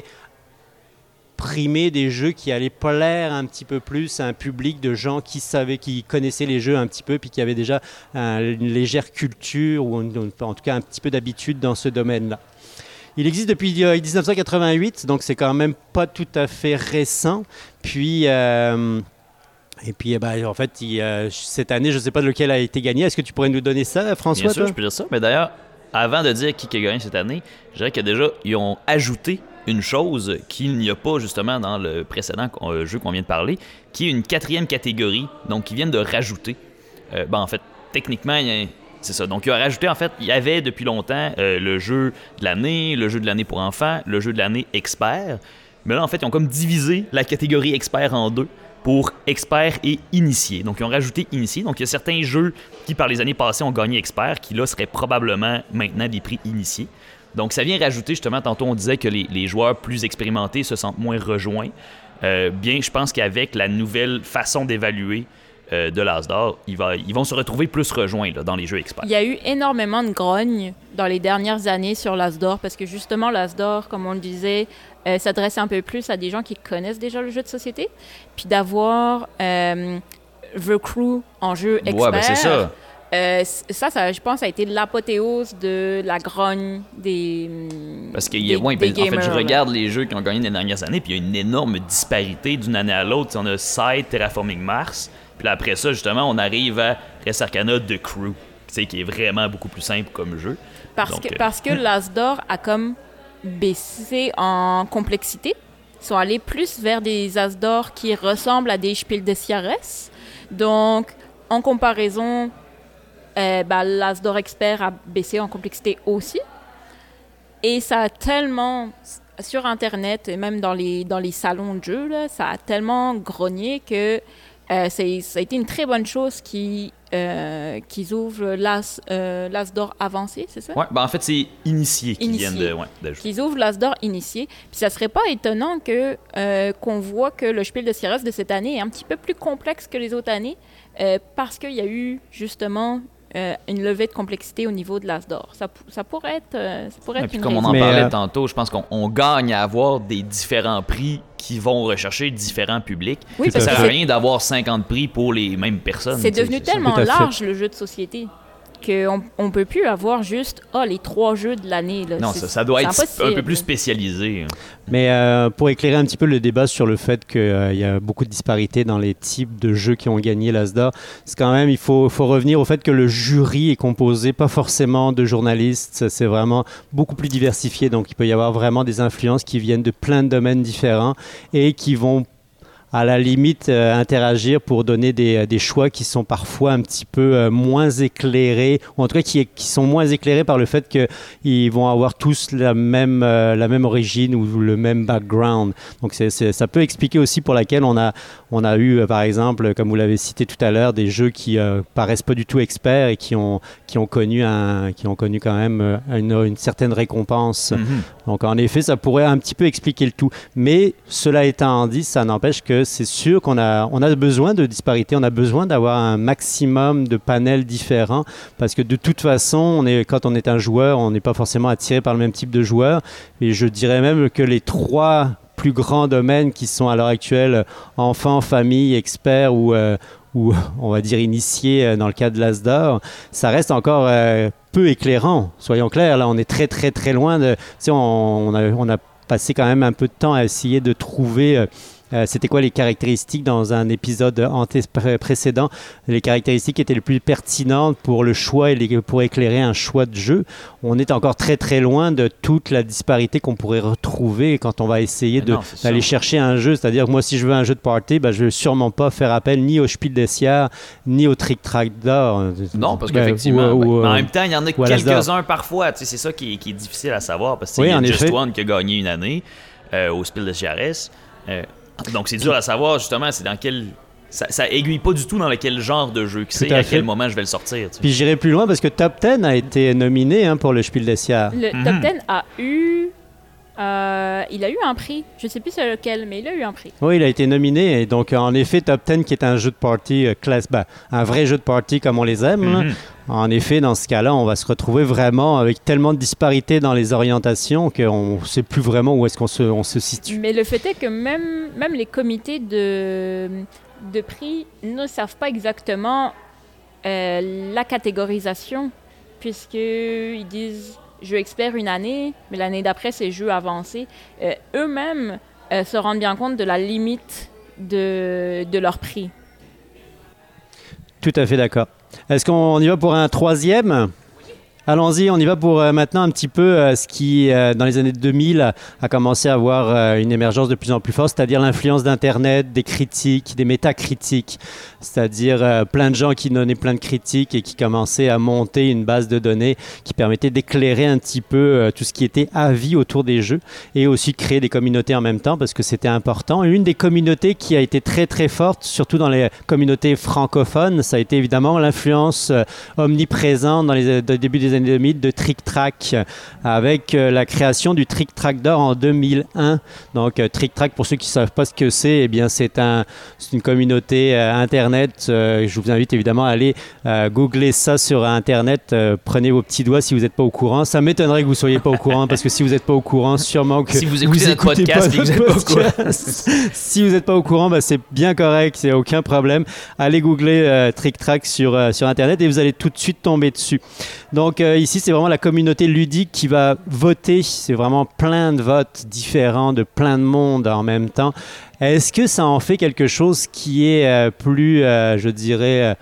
S3: primer des jeux qui allaient plaire un petit peu plus à un public de gens qui savaient, qui connaissaient les jeux un petit peu, puis qui avaient déjà un, une légère culture, ou une, en tout cas un petit peu d'habitude dans ce domaine-là. Il existe depuis euh, dix-neuf cent quatre-vingt-huit, donc c'est quand même pas tout à fait récent. Puis... Euh, Et puis, eh ben, en fait, il, euh, cette année, je ne sais pas lequel a été gagné. Est-ce que tu pourrais nous donner ça, François?
S5: Bien sûr,
S3: toi?
S5: je peux dire ça. Mais d'ailleurs, avant de dire qui a gagné cette année, je dirais que déjà, ils ont ajouté une chose qu'il n'y a pas justement dans le précédent euh, jeu qu'on vient de parler, qui est une quatrième catégorie, donc qu'ils viennent de rajouter. Euh, ben, en fait, techniquement, il y a... c'est ça. Donc, ils ont rajouté, en fait, il y avait depuis longtemps euh, le jeu de l'année, le jeu de l'année pour enfants, le jeu de l'année expert. Mais là, en fait, ils ont comme divisé la catégorie expert en deux, pour experts et initiés. Donc, ils ont rajouté initiés. Donc, il y a certains jeux qui, par les années passées, ont gagné experts, qui, là, seraient probablement maintenant des prix initiés. Donc, ça vient rajouter, justement, tantôt, on disait que les, les joueurs plus expérimentés se sentent moins rejoints. Euh, bien, je pense qu'avec la nouvelle façon d'évaluer euh, de l'Asdor, il va, ils vont se retrouver plus rejoints là, dans les jeux experts.
S2: Il y a eu énormément de grogne dans les dernières années sur l'Asdor, parce que, justement, l'Asdor, comme on le disait, Euh, s'adresser un peu plus à des gens qui connaissent déjà le jeu de société, puis d'avoir euh, The Crew en jeu expert.
S5: Ouais, ben c'est ça.
S2: Euh, ça, ça, je pense, ça a été l'apothéose de la grogne des
S5: Parce que,
S2: des,
S5: ouais,
S2: des
S5: ben,
S2: gamers,
S5: en fait, je
S2: là.
S5: regarde les jeux qui ont gagné les dernières années, puis il y a une énorme disparité d'une année à l'autre. T'sais, on a Side, Terraforming Mars, puis après ça, justement, on arrive à Res Arcana The Crew, qui est vraiment beaucoup plus simple comme jeu.
S2: Parce
S5: Donc,
S2: que,
S5: euh...
S2: parce que l'Asdor a comme baissé en complexité. Ils sont allés plus vers des Asdor qui ressemblent à des Spiel des Jahres. Donc, en comparaison, euh, bah, l'Asdor Expert a baissé en complexité aussi. Et ça a tellement, sur Internet et même dans les, dans les salons de jeux, là, ça a tellement grogné que euh, c'est, ça a été une très bonne chose qui... Euh, qu'ils ouvrent l'As, euh, l'Asdor avancé, c'est ça?
S5: Ouais, ben en fait, c'est initié qui
S2: Initié.
S5: viennent de, ouais, de jouer.
S2: Qu'ils ouvrent l'Asdor initié. Puis ça serait pas étonnant que, euh, qu'on voit que le Spiel des Jahres de cette année est un petit peu plus complexe que les autres années euh, parce qu'il y a eu justement euh, une levée de complexité au niveau de l'Asdor. Ça, ça pourrait être, euh, ça pourrait
S5: Et
S2: être
S5: puis
S2: une
S5: comme on
S2: raison.
S5: en
S3: Mais,
S5: parlait
S3: euh...
S5: tantôt, je pense qu'on on gagne à avoir des différents prix qui vont rechercher différents publics.
S2: Oui,
S5: Ça
S2: parce
S5: sert
S2: que
S5: à
S2: c'est-
S5: rien d'avoir cinquante prix pour les mêmes personnes.
S2: C'est
S5: tu sais,
S2: devenu
S5: c'est ça.
S2: tellement
S3: Tout à fait.
S2: large, le jeu de société, qu'on on peut plus avoir juste oh, les trois jeux de l'année. Là.
S5: Non,
S2: C'est-
S5: ça, ça doit
S2: c'est
S5: être
S2: impossible.
S5: un peu plus spécialisé.
S3: Mais euh, pour éclairer un petit peu le débat sur le fait qu'il euh, y a beaucoup de disparités dans les types de jeux qui ont gagné l'Asdor, c'est quand même, il faut, faut revenir au fait que le jury est composé pas forcément de journalistes, c'est vraiment beaucoup plus diversifié, donc il peut y avoir vraiment des influences qui viennent de plein de domaines différents et qui vont à la limite euh, interagir pour donner des, des choix qui sont parfois un petit peu euh, moins éclairés, ou en tout cas qui, qui sont moins éclairés par le fait qu'ils vont avoir tous la même, euh, la même origine ou le même background. Donc c'est, c'est, ça peut expliquer aussi pour laquelle on a, on a eu, euh, par exemple, comme vous l'avez cité tout à l'heure, des jeux qui euh, paraissent pas du tout experts et qui ont, qui ont, connu, un, qui ont connu quand même euh, une, une certaine récompense.
S5: Mm-hmm.
S3: Donc en effet, ça pourrait un petit peu expliquer le tout. Mais cela étant dit, ça n'empêche que c'est sûr qu'on a, on a besoin de disparité, on a besoin d'avoir un maximum de panels différents parce que de toute façon, on est, quand on est un joueur, on n'est pas forcément attiré par le même type de joueur. Et je dirais même que les trois plus grands domaines qui sont à l'heure actuelle enfants, famille, experts ou, euh, ou on va dire initiés dans le cas de l'As d'or, ça reste encore euh, peu éclairant. Soyons clairs, là on est très très très loin de... Tu sais, on, on, a, on a passé quand même un peu de temps à essayer de trouver... Euh, Euh, c'était quoi les caractéristiques dans un épisode anté- précédent, les caractéristiques qui étaient les plus pertinentes pour le choix et les, pour éclairer un choix de jeu. On est encore très très loin de toute la disparité qu'on pourrait retrouver quand on va essayer de,
S5: non,
S3: d'aller sûr. chercher un jeu. C'est-à-dire que moi, si je veux un jeu de party, ben, je ne vais sûrement pas faire appel ni au Spiel des Jahres, ni au Trick Track d'or.
S5: Non, parce
S3: ben,
S5: qu'effectivement,
S3: ou, ou,
S5: ben,
S3: euh,
S5: en même temps, il y en a
S3: ou
S5: quelques-uns parfois. Tu sais, c'est ça qui est, qui est difficile à savoir parce qu'il
S3: oui,
S5: y a
S3: en
S5: Just
S3: effet.
S5: One qui a gagné une année euh, au Spiel des Jahres. Euh, Donc, c'est dur à savoir, justement, c'est dans quel... Ça, ça aiguille pas du tout dans lequel genre de jeu que c'est, à, à quel moment je vais le sortir. Tu sais.
S3: Puis j'irai plus loin parce que Top dix a été nominé hein, pour le Spiel des Jahres.
S2: Le
S5: Mm-hmm.
S2: Top dix a eu... Euh, il a eu un prix. Je sais plus c'est lequel, mais il a eu un prix.
S3: Oui, il a été nominé. Et donc, en effet, Top dix, qui est un jeu de party euh, classe, ben, un vrai jeu de party comme on les aime, là,
S5: Mm-hmm.
S3: en effet, dans ce cas-là, on va se retrouver vraiment avec tellement de disparités dans les orientations qu'on ne sait plus vraiment où est-ce qu'on se, on se situe.
S2: Mais le fait est que même, même les comités de, de prix ne savent pas exactement euh, la catégorisation, puisqu'ils disent jeu expert une année, mais l'année d'après, c'est jeu avancé. Euh, eux-mêmes euh, se rendent bien compte de la limite de, de leur prix.
S3: Tout à fait d'accord. Est-ce qu'on y va pour un troisième ? Allons-y, on y va pour euh, maintenant un petit peu euh, ce qui, euh, dans les années deux mille, a, a commencé à avoir euh, une émergence de plus en plus forte, c'est-à-dire l'influence d'Internet, des critiques, des métacritiques, c'est-à-dire euh, plein de gens qui donnaient plein de critiques et qui commençaient à monter une base de données qui permettait d'éclairer un petit peu euh, tout ce qui était avis autour des jeux et aussi de créer des communautés en même temps parce que c'était important. Et une des communautés qui a été très très forte, surtout dans les communautés francophones, ça a été évidemment l'influence euh, omniprésente dans les dans le début des années deux mille de Trick Track avec euh, la création du Trick Track d'or en deux mille un. Donc euh, Trick Track, pour ceux qui ne savent pas ce que c'est, eh bien c'est un c'est une communauté euh, internet. Euh, je vous invite évidemment à aller euh, googler ça sur internet. Euh, prenez vos petits doigts si vous n'êtes pas au courant. Ça m'étonnerait que vous ne soyez pas au courant parce que si vous n'êtes pas au courant, sûrement que
S5: si vous écoutez notre podcast,
S3: pas
S5: et que vous êtes pas au courant.
S3: Si vous n'êtes pas au courant, bah, c'est bien correct, c'est aucun problème. Allez googler euh, Trick Track sur, euh, sur internet et vous allez tout de suite tomber dessus. Donc euh, ici, c'est vraiment la communauté ludique qui va voter. C'est vraiment plein de votes différents de plein de monde en même temps. Est-ce que ça en fait quelque chose qui est euh, plus, euh, je dirais, euh,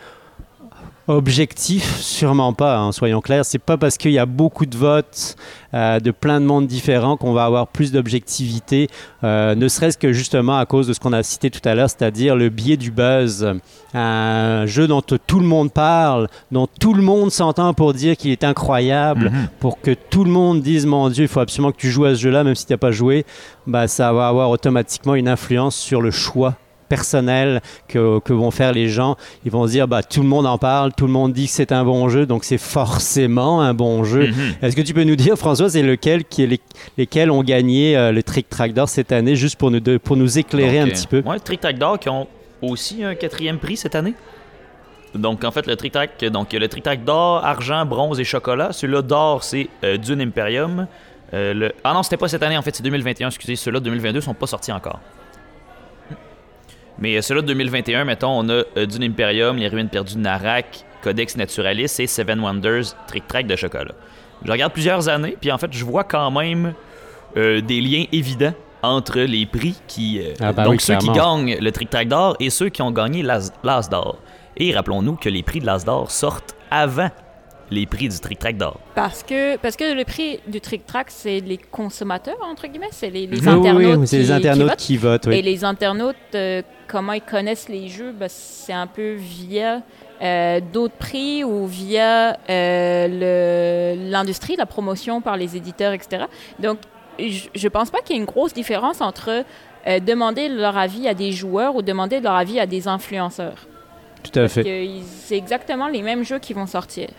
S3: objectif? Sûrement pas, hein, soyons clairs. C'est pas parce qu'il y a beaucoup de votes euh, de plein de mondes différents qu'on va avoir plus d'objectivité, euh, ne serait-ce que justement à cause de ce qu'on a cité tout à l'heure, c'est-à-dire le biais du buzz. Un jeu dont tout le monde parle, dont tout le monde s'entend pour dire qu'il est incroyable, mm-hmm. pour que tout le monde dise « Mon Dieu, il faut absolument que tu joues à ce jeu-là, même si tu n'as pas joué », bah, ça va avoir automatiquement une influence sur le choix personnel que, que vont faire les gens. Ils vont se dire bah, tout le monde en parle, tout le monde dit que c'est un bon jeu, donc c'est forcément un bon jeu. Mm-hmm. Est-ce que tu peux nous dire, François, c'est lequel qui est les, lesquels ont gagné euh, le Trick Track d'or cette année, juste pour nous, de, pour nous éclairer donc, un euh, petit peu?
S5: Oui, Trick Track d'or qui ont aussi un quatrième prix cette année. Donc en fait le Trick Track, donc le Trick Track d'or, argent, bronze et chocolat. Celui-là d'or c'est euh, Dune Imperium. Euh, le... Ah non, c'était pas cette année en fait, c'est deux mille vingt et un. Excusez, ceux-là de deux mille vingt-deux sont pas sortis encore. Mais euh, ceux-là de deux mille vingt et un, mettons, on a euh, Dune Imperium, Les Ruines perdues de Narak, Codex Naturalis et Seven Wonders, Trick Track de chocolat. Je regarde plusieurs années, puis en fait je vois quand même euh, des liens évidents entre les prix qui euh,
S3: ah bah
S5: donc
S3: oui,
S5: ceux
S3: clairement.
S5: qui gagnent le Trick Track d'or et ceux qui ont gagné l'As, l'As d'or. Et rappelons-nous que les prix de l'As d'or sortent avant les prix du Trick Track d'or.
S2: Parce que, parce que le prix du Trick Track, c'est les consommateurs, entre guillemets, c'est les, les
S3: oui,
S2: internautes,
S3: oui, c'est
S2: qui,
S3: les internautes
S2: qui votent.
S3: Qui votent oui.
S2: Et les internautes, euh, comment ils connaissent les jeux, ben, c'est un peu via euh, d'autres prix ou via euh, le, l'industrie, la promotion par les éditeurs, et cetera. Donc, je ne pense pas qu'il y ait une grosse différence entre euh, demander leur avis à des joueurs ou demander leur avis à des influenceurs.
S3: Tout à
S2: Parce
S3: fait.
S2: que c'est exactement les mêmes jeux qui vont sortir.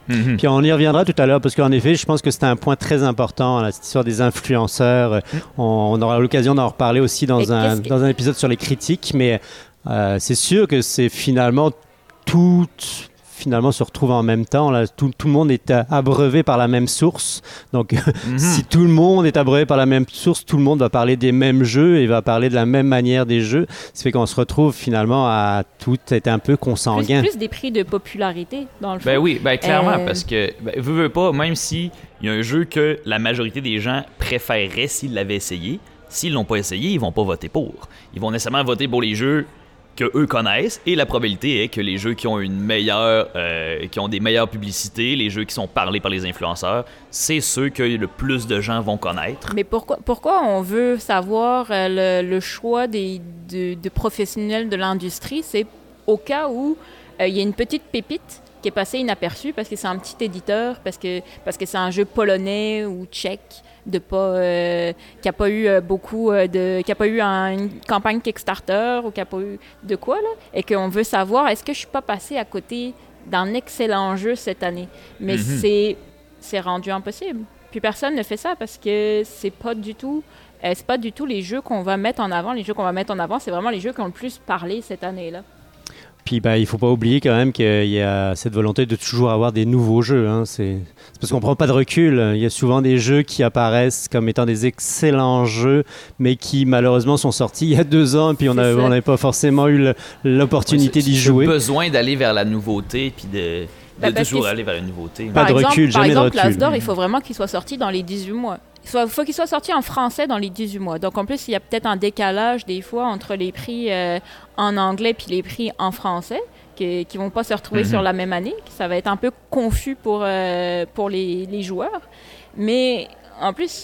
S3: Mm-hmm. Puis on y reviendra tout à l'heure parce qu'en effet, je pense que c'est un point très important, là, cette histoire des influenceurs. Mm. On, on aura l'occasion d'en reparler aussi dans, un, que... dans un épisode sur les critiques, mais euh, c'est sûr que c'est finalement tout... finalement se retrouvent en même temps. Là, tout, tout le monde est abreuvé par la même source. Donc, mm-hmm. si tout le monde est abreuvé par la même source, tout le monde va parler des mêmes jeux et va parler de la même manière des jeux. Ça fait qu'on se retrouve finalement à tout être un peu consanguin.
S2: Plus, plus des prix de popularité, dans le fond.
S5: Ben oui, ben clairement,
S2: euh...
S5: parce que, ben, veux, veux pas, même si il y a un jeu que la majorité des gens préféreraient s'ils l'avaient essayé, s'ils l'ont pas essayé, ils vont pas voter pour. Ils vont nécessairement voter pour les jeux que eux connaissent, et la probabilité est que les jeux qui ont une meilleure, euh, qui ont des meilleures publicités, les jeux qui sont parlés par les influenceurs, c'est ceux que le plus de gens vont connaître.
S2: Mais pourquoi, pourquoi on veut savoir euh, le, le choix des de, de professionnels de l'industrie? C'est au cas où il euh, y a une petite pépite qui est passée inaperçue parce que c'est un petit éditeur, parce que parce que c'est un jeu polonais ou tchèque, de pas euh, qui a pas eu euh, beaucoup euh, de qui a pas eu un, une campagne Kickstarter ou qui a pas eu de quoi là, et qu'on veut savoir est-ce que je suis pas passé à côté d'un excellent jeu cette année. Mais mm-hmm. c'est c'est rendu impossible. Puis personne ne fait ça parce que c'est pas du tout euh, c'est pas du tout les jeux qu'on va mettre en avant. Les jeux qu'on va mettre en avant, c'est vraiment les jeux qui ont le plus parlé cette année-là.
S3: Puis ben, il ne faut pas oublier quand même qu'il y a cette volonté de toujours avoir des nouveaux jeux. Hein. C'est, c'est parce qu'on ne prend pas de recul. Il y a souvent des jeux qui apparaissent comme étant des excellents jeux, mais qui malheureusement sont sortis il y a deux ans, puis on n'avait pas forcément eu le, l'opportunité ouais, d'y jouer.
S5: Le besoin d'aller vers la nouveauté, puis de, de
S2: ben,
S5: toujours aller vers la nouveauté.
S3: Pas de
S2: exemple,
S3: recul, jamais
S2: exemple,
S3: de recul.
S2: Par exemple, l'Asdor, il faut vraiment qu'il soit sorti dans les dix-huit mois. Il faut qu'il soit sorti en français dans les dix-huit mois. Donc, en plus, il y a peut-être un décalage des fois entre les prix euh, en anglais puis les prix en français qui ne vont pas se retrouver mm-hmm. sur la même année. Ça va être un peu confus pour, euh, pour les, les joueurs. Mais en plus,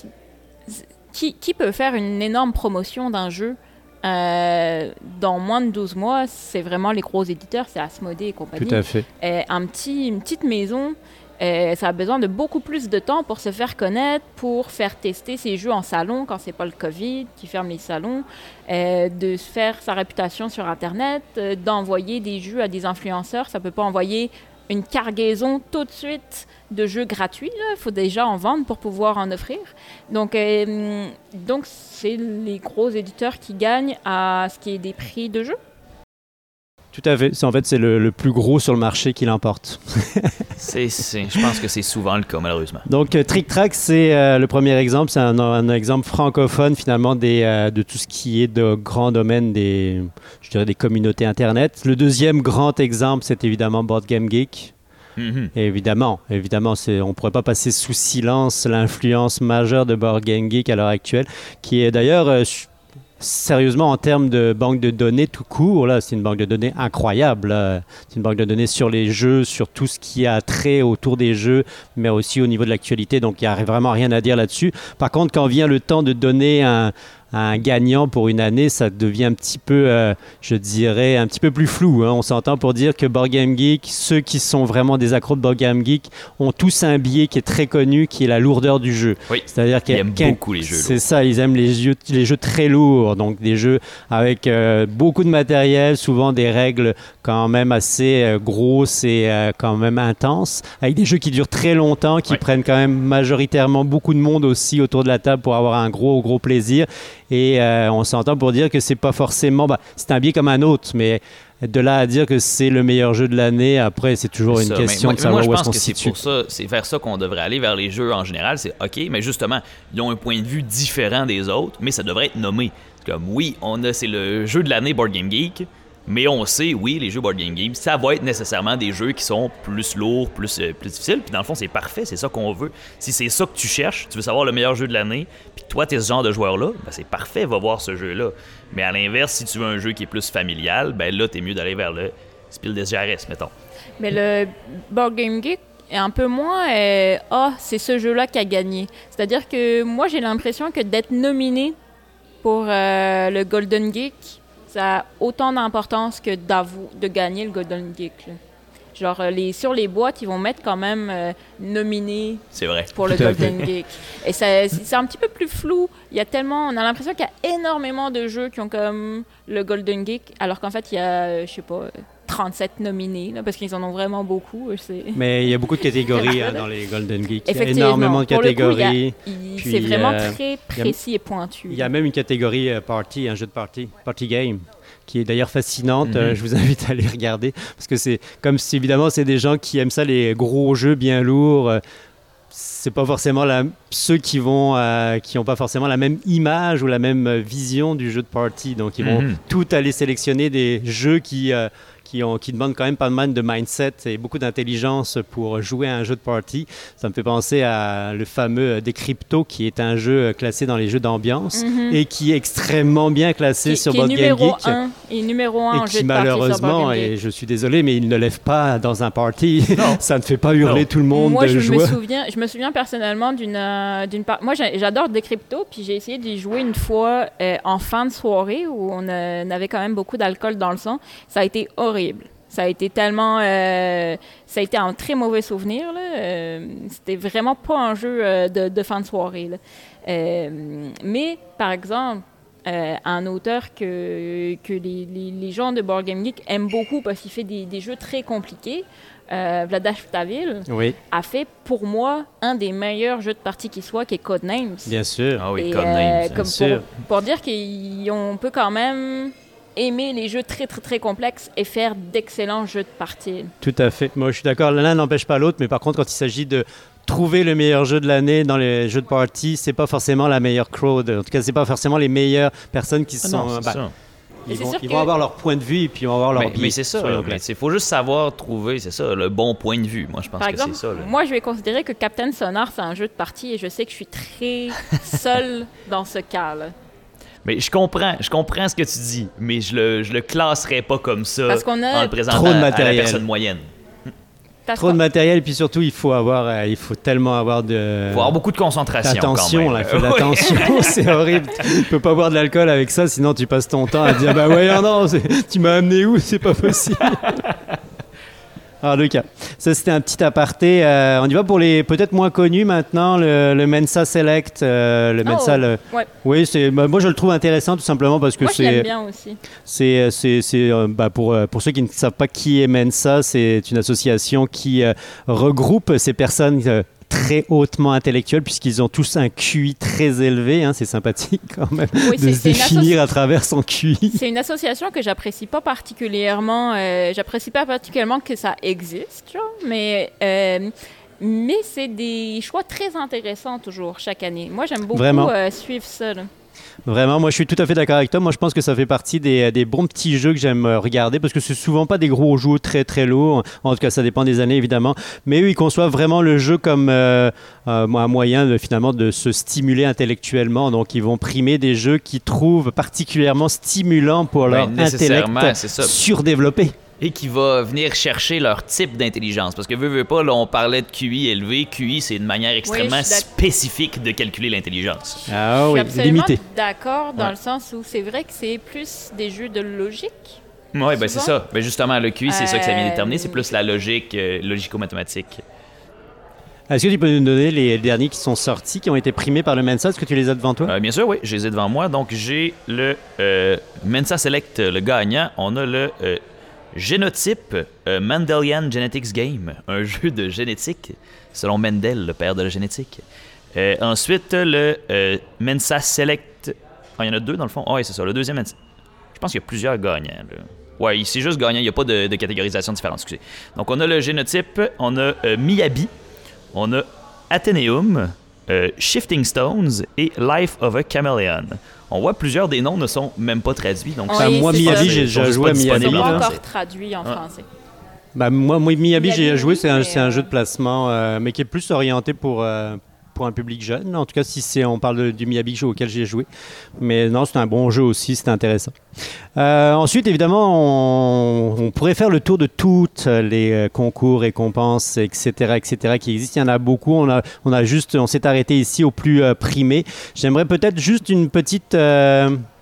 S2: qui, qui peut faire une énorme promotion d'un jeu euh, dans moins de douze mois? C'est vraiment les gros éditeurs, c'est Asmodée et compagnie.
S3: Tout à fait.
S2: Euh, un petit, une petite maison... Euh, ça a besoin de beaucoup plus de temps pour se faire connaître, pour faire tester ses jeux en salon quand c'est pas le COVID qui ferme les salons, euh, de faire sa réputation sur Internet, euh, d'envoyer des jeux à des influenceurs. Ça peut pas envoyer une cargaison tout de suite de jeux gratuits. Il faut déjà en vendre pour pouvoir en offrir. Donc, euh, donc c'est les gros éditeurs qui gagnent à ce qui est des prix de jeux.
S3: Tout à fait. C'est, en fait, c'est le, le plus gros sur le marché qui l'emporte.
S5: c'est, c'est, je pense que c'est souvent le cas, malheureusement.
S3: Donc, euh, Trick Track, c'est euh, le premier exemple. C'est un, un exemple francophone, finalement, des, euh, de tout ce qui est de grand domaine des, je dirais, des communautés Internet. Le deuxième grand exemple, c'est évidemment Board Game Geek. Mm-hmm. Et évidemment, évidemment c'est, on ne pourrait pas passer sous silence l'influence majeure de Board Game Geek à l'heure actuelle, qui est d'ailleurs... Euh, Sérieusement, en termes de banque de données tout court, là, c'est une banque de données incroyable. Là. C'est une banque de données sur les jeux, sur tout ce qui a trait autour des jeux, mais aussi au niveau de l'actualité. Donc, il n'y a vraiment rien à dire là-dessus. Par contre, quand vient le temps de donner un, un gagnant pour une année, ça devient un petit peu, euh, je dirais, un petit peu plus flou. Hein. On s'entend pour dire que Board Game Geek, ceux qui sont vraiment des accros de Board Game Geek, ont tous un biais qui est très connu, qui est la lourdeur du jeu.
S5: Oui,
S3: c'est-à-dire
S5: qu'ils aiment beaucoup les jeux.
S3: C'est
S5: lourds.
S3: ça, ils aiment les jeux, les jeux très lourds, donc des jeux avec euh, beaucoup de matériel, souvent des règles quand même assez euh, grosses et euh, quand même intenses, avec des jeux qui durent très longtemps, qui oui. prennent quand même majoritairement beaucoup de monde aussi autour de la table pour avoir un gros, gros plaisir. Et euh, on s'entend pour dire que c'est pas forcément... Bah, c'est un biais comme un autre, mais de là à dire que c'est le meilleur jeu de l'année, après, c'est toujours c'est une ça. question
S5: mais,
S3: de savoir
S5: moi,
S3: où est-ce qu'on
S5: se situe. Moi, je pense que c'est pour ça, c'est vers ça qu'on devrait aller, vers les jeux en général. C'est OK, mais justement, ils ont un point de vue différent des autres, mais ça devrait être nommé. Comme, oui, on a, c'est le jeu de l'année Board Game Geek, mais on sait, oui, les jeux Board Game Geek, ça va être nécessairement des jeux qui sont plus lourds, plus, euh, plus difficiles. Puis dans le fond, c'est parfait, c'est ça qu'on veut. Si c'est ça que tu cherches, tu veux savoir le meilleur jeu de l'année, puis toi, t'es ce genre de joueur-là, ben c'est parfait, va voir ce jeu-là. Mais à l'inverse, si tu veux un jeu qui est plus familial, ben là, t'es mieux d'aller vers le Spiel des Jahres, mettons.
S2: Mais le Board Game Geek est un peu moins euh, « Ah, c'est ce jeu-là qui a gagné ». C'est-à-dire que moi, j'ai l'impression que d'être nominé pour euh, le Golden Geek, ça a autant d'importance que de gagner le Golden Geek. Là. Genre, les, sur les boîtes, ils vont mettre quand même euh, nominé
S5: c'est vrai.
S2: pour le Golden Geek. Et ça, c'est un petit peu plus flou. Il y a tellement... On a l'impression qu'il y a énormément de jeux qui ont comme le Golden Geek, alors qu'en fait, il y a, je sais pas, trente-sept nominés, là, parce qu'ils en ont vraiment beaucoup. C'est...
S3: Mais il y a beaucoup de catégories hein, dans les Golden Geeks. Il y a
S2: Effectivement.
S3: énormément de
S2: Pour le coup,
S3: catégories.
S2: il y a- il-
S3: Puis,
S2: c'est vraiment
S3: euh,
S2: très
S3: il y a-
S2: précis et pointu.
S3: Il y a même une catégorie euh, party, un jeu de party, party game, qui est d'ailleurs fascinante.
S5: Mhm.
S3: Euh, je vous invite à aller regarder parce que c'est comme si évidemment c'est des gens qui aiment ça, les gros jeux bien lourds. Euh, c'est pas forcément la, ceux qui vont euh, qui ont pas forcément la même image ou la même euh, vision du jeu de party. Donc ils vont
S5: Mhm.
S3: tout aller sélectionner des jeux qui euh, qui, ont, qui demandent quand même pas mal de mindset et beaucoup d'intelligence pour jouer à un jeu de party. Ça me fait penser à le fameux Decrypto, qui est un jeu classé dans les jeux d'ambiance
S2: Mhm.
S3: et qui est extrêmement bien classé
S2: qui,
S3: sur
S2: qui est
S3: Board Game
S2: numéro
S3: Geek.
S2: un, et numéro un
S3: Et
S2: en
S3: qui
S2: jeu de party sur
S3: malheureusement,
S2: Board Game
S3: et
S2: Geek.
S3: je suis désolé, mais il ne lève pas dans un party.
S5: Non.
S3: Ça ne fait pas hurler
S5: Non.
S3: tout le monde
S2: Moi,
S3: de
S2: je me
S3: joie.
S2: souviens, je me souviens personnellement d'une, euh, d'une part. Moi, j'ai- j'adore Decrypto, puis j'ai essayé d'y jouer une fois euh, en fin de soirée où on, euh, on avait quand même beaucoup d'alcool dans le sang. Ça a été horrible. Ça a été tellement, euh, ça a été un très mauvais souvenir. Là. Euh, c'était vraiment pas un jeu euh, de, de fin de soirée. Là. Euh, mais par exemple. Euh, un auteur que, que les, les, les gens de Board Game Geek aiment beaucoup parce qu'il fait des, des jeux très compliqués. Euh, Vladash Tavil
S3: Oui,
S2: a fait pour moi un des meilleurs jeux de partie qui soit, qui est Codenames.
S3: bien sûr.
S5: Ah oui,
S2: Et,
S5: Codenames.
S2: euh,
S5: hein.
S2: comme
S3: sûr.
S2: pour, pour dire qu'on peut quand même aimer les jeux très très très complexes et faire d'excellents jeux de partie.
S3: Tout à fait. Moi, je suis d'accord. L'un n'empêche pas l'autre, mais par contre, quand il s'agit de trouver le meilleur jeu de l'année dans les jeux de party, c'est pas forcément la meilleure crowd. En tout cas, c'est pas forcément les meilleures personnes qui
S5: Ah
S3: sont.
S5: non, c'est
S3: bah,
S5: ça.
S3: ils
S2: Et c'est
S3: vont,
S2: sûr
S3: ils
S2: que-
S3: vont avoir leur point de vue et puis ils vont avoir leur
S5: Mais,
S3: biais.
S5: mais c'est ça,
S3: soyons
S5: là,
S3: clairs.
S5: mais il faut juste savoir trouver, c'est ça, le bon point de vue. Moi, je pense
S2: Par
S5: que
S2: exemple,
S5: c'est ça. Là.
S2: moi je vais considérer que Captain Sonar c'est un jeu de partie et je sais que je suis très seule dans ce cas-là.
S5: Mais je comprends, je comprends ce que tu dis, mais je le, je le classerais pas comme ça
S2: Parce qu'on a
S5: en le présentant
S3: trop de
S5: à la
S3: matériel.
S5: personne moyenne.
S2: Parce
S3: Trop de
S2: qu'on-
S3: matériel et puis surtout, il faut avoir, euh, il faut tellement avoir de.
S5: Il faut avoir beaucoup de concentration.
S3: Attention,
S5: quand même.
S3: là, il faut de
S5: Ouais.
S3: l'attention, c'est horrible. Tu peux pas boire de l'alcool avec ça, sinon tu passes ton temps à dire bah ouais, non, non, c'est- tu m'as amené où, c'est pas possible. Alors, Lucas, ça c'était un petit aparté. Euh, on y va pour les peut-être moins connus maintenant, le, le Mensa Select. euh, le
S2: Oh,
S3: Mensa, le-
S2: ouais.
S3: oui, c'est, bah, moi je le trouve intéressant tout simplement parce que
S2: Moi je l'aime
S3: c'est,
S2: bien aussi.
S3: c'est, c'est, c'est, euh, bah, pour, euh, pour ceux qui ne savent pas qui est Mensa, c'est une association qui euh, regroupe ces personnes euh, très hautement intellectuelles puisqu'ils ont tous un Q I très élevé. Hein, c'est sympathique quand même
S2: Oui,
S3: de
S2: c'est-
S3: se
S2: c'est une
S3: définir à travers son Q I.
S2: C'est une association que j'apprécie pas particulièrement. Euh, j'apprécie pas particulièrement que ça existe, genre, mais euh, mais c'est des choix très intéressants toujours chaque année. Moi, j'aime beaucoup
S3: Vraiment.
S2: euh, suivre ça. là.
S3: Vraiment, moi je suis tout à fait d'accord avec toi. Moi je pense que ça fait partie des, des bons petits jeux que j'aime euh, regarder parce que c'est souvent pas des gros jeux très très lourds. En tout cas, ça dépend des années évidemment. Mais eux, ils conçoivent vraiment le jeu comme euh, euh, un moyen de, finalement de se stimuler intellectuellement. Donc ils vont primer des jeux qu'ils trouvent particulièrement stimulants pour leur
S5: Ben, nécessairement,
S3: intellect
S5: c'est ça.
S3: surdéveloppé.
S5: Et qui va venir chercher leur type d'intelligence. Parce que, veux, veux pas, là, on parlait de Q I élevé. Q I, c'est une manière extrêmement
S2: je suis d'ac-
S5: spécifique de calculer l'intelligence.
S3: Ah
S2: Je suis
S3: oui,
S2: absolument
S3: limité.
S2: d'accord dans
S5: Ouais.
S2: le sens où c'est vrai que c'est plus des jeux de logique.
S5: Oui, ben c'est
S2: Souvent.
S5: ça. Ben justement, le Q I, c'est ça que ça vient
S2: Euh,
S5: déterminer. C'est plus la logique, euh, logico-mathématique.
S3: Est-ce que tu peux nous donner les derniers qui sont sortis, qui ont été primés par le Mensa? Est-ce que tu les as devant toi?
S5: Euh, bien sûr, oui, je les ai devant moi. Donc, j'ai le euh, Mensa Select, le gagnant. On a le euh, Génotype euh, Mendelian Genetics Game, un jeu de génétique, selon Mendel, le père de la génétique. Euh, ensuite, le euh, Mensa Select. Ah, il y en a deux dans le fond. Ah, oui, c'est ça, le deuxième Mensa. Je pense qu'il y a plusieurs gagnants. Là. Ouais, c'est juste gagnant, il n'y a pas de, de catégorisation différente, excusez. Donc, on a le Génotype, on a euh, Miyabi, on a Atheneum, euh, Shifting Stones et Life of a Chameleon. On voit plusieurs des noms ne sont même pas traduits. Donc
S2: Oui,
S3: Enfin, moi,
S2: c'est
S3: Miyabi,
S2: ça.
S3: j'ai
S5: Ils sont
S3: déjà
S5: juste
S3: joué
S5: pas
S3: à
S2: Ils
S3: Miyabi.
S2: sont
S5: disponibles
S2: pas
S5: en
S3: là.
S2: encore
S5: français.
S2: traduits en
S5: Ouais.
S2: français.
S3: Bah, moi, moi, Miyabi,
S2: Miyabi,
S3: j'ai joué,
S2: oui,
S3: c'est un,
S2: mais,
S3: c'est un
S2: euh,
S3: jeu de placement, euh, mais qui est plus orienté pour, euh, pour un public jeune. En tout cas, si c'est, on parle de- du Miyabi auquel j'ai joué. Mais non, c'est un bon jeu aussi, c'est intéressant. Euh, ensuite, évidemment, on, on pourrait faire le tour de toutes les euh, concours, récompenses, et cetera, et cetera qui existent. Il y en a beaucoup. On a, on a juste, on s'est arrêté ici au plus euh, primé. J'aimerais peut-être juste une petite... euh,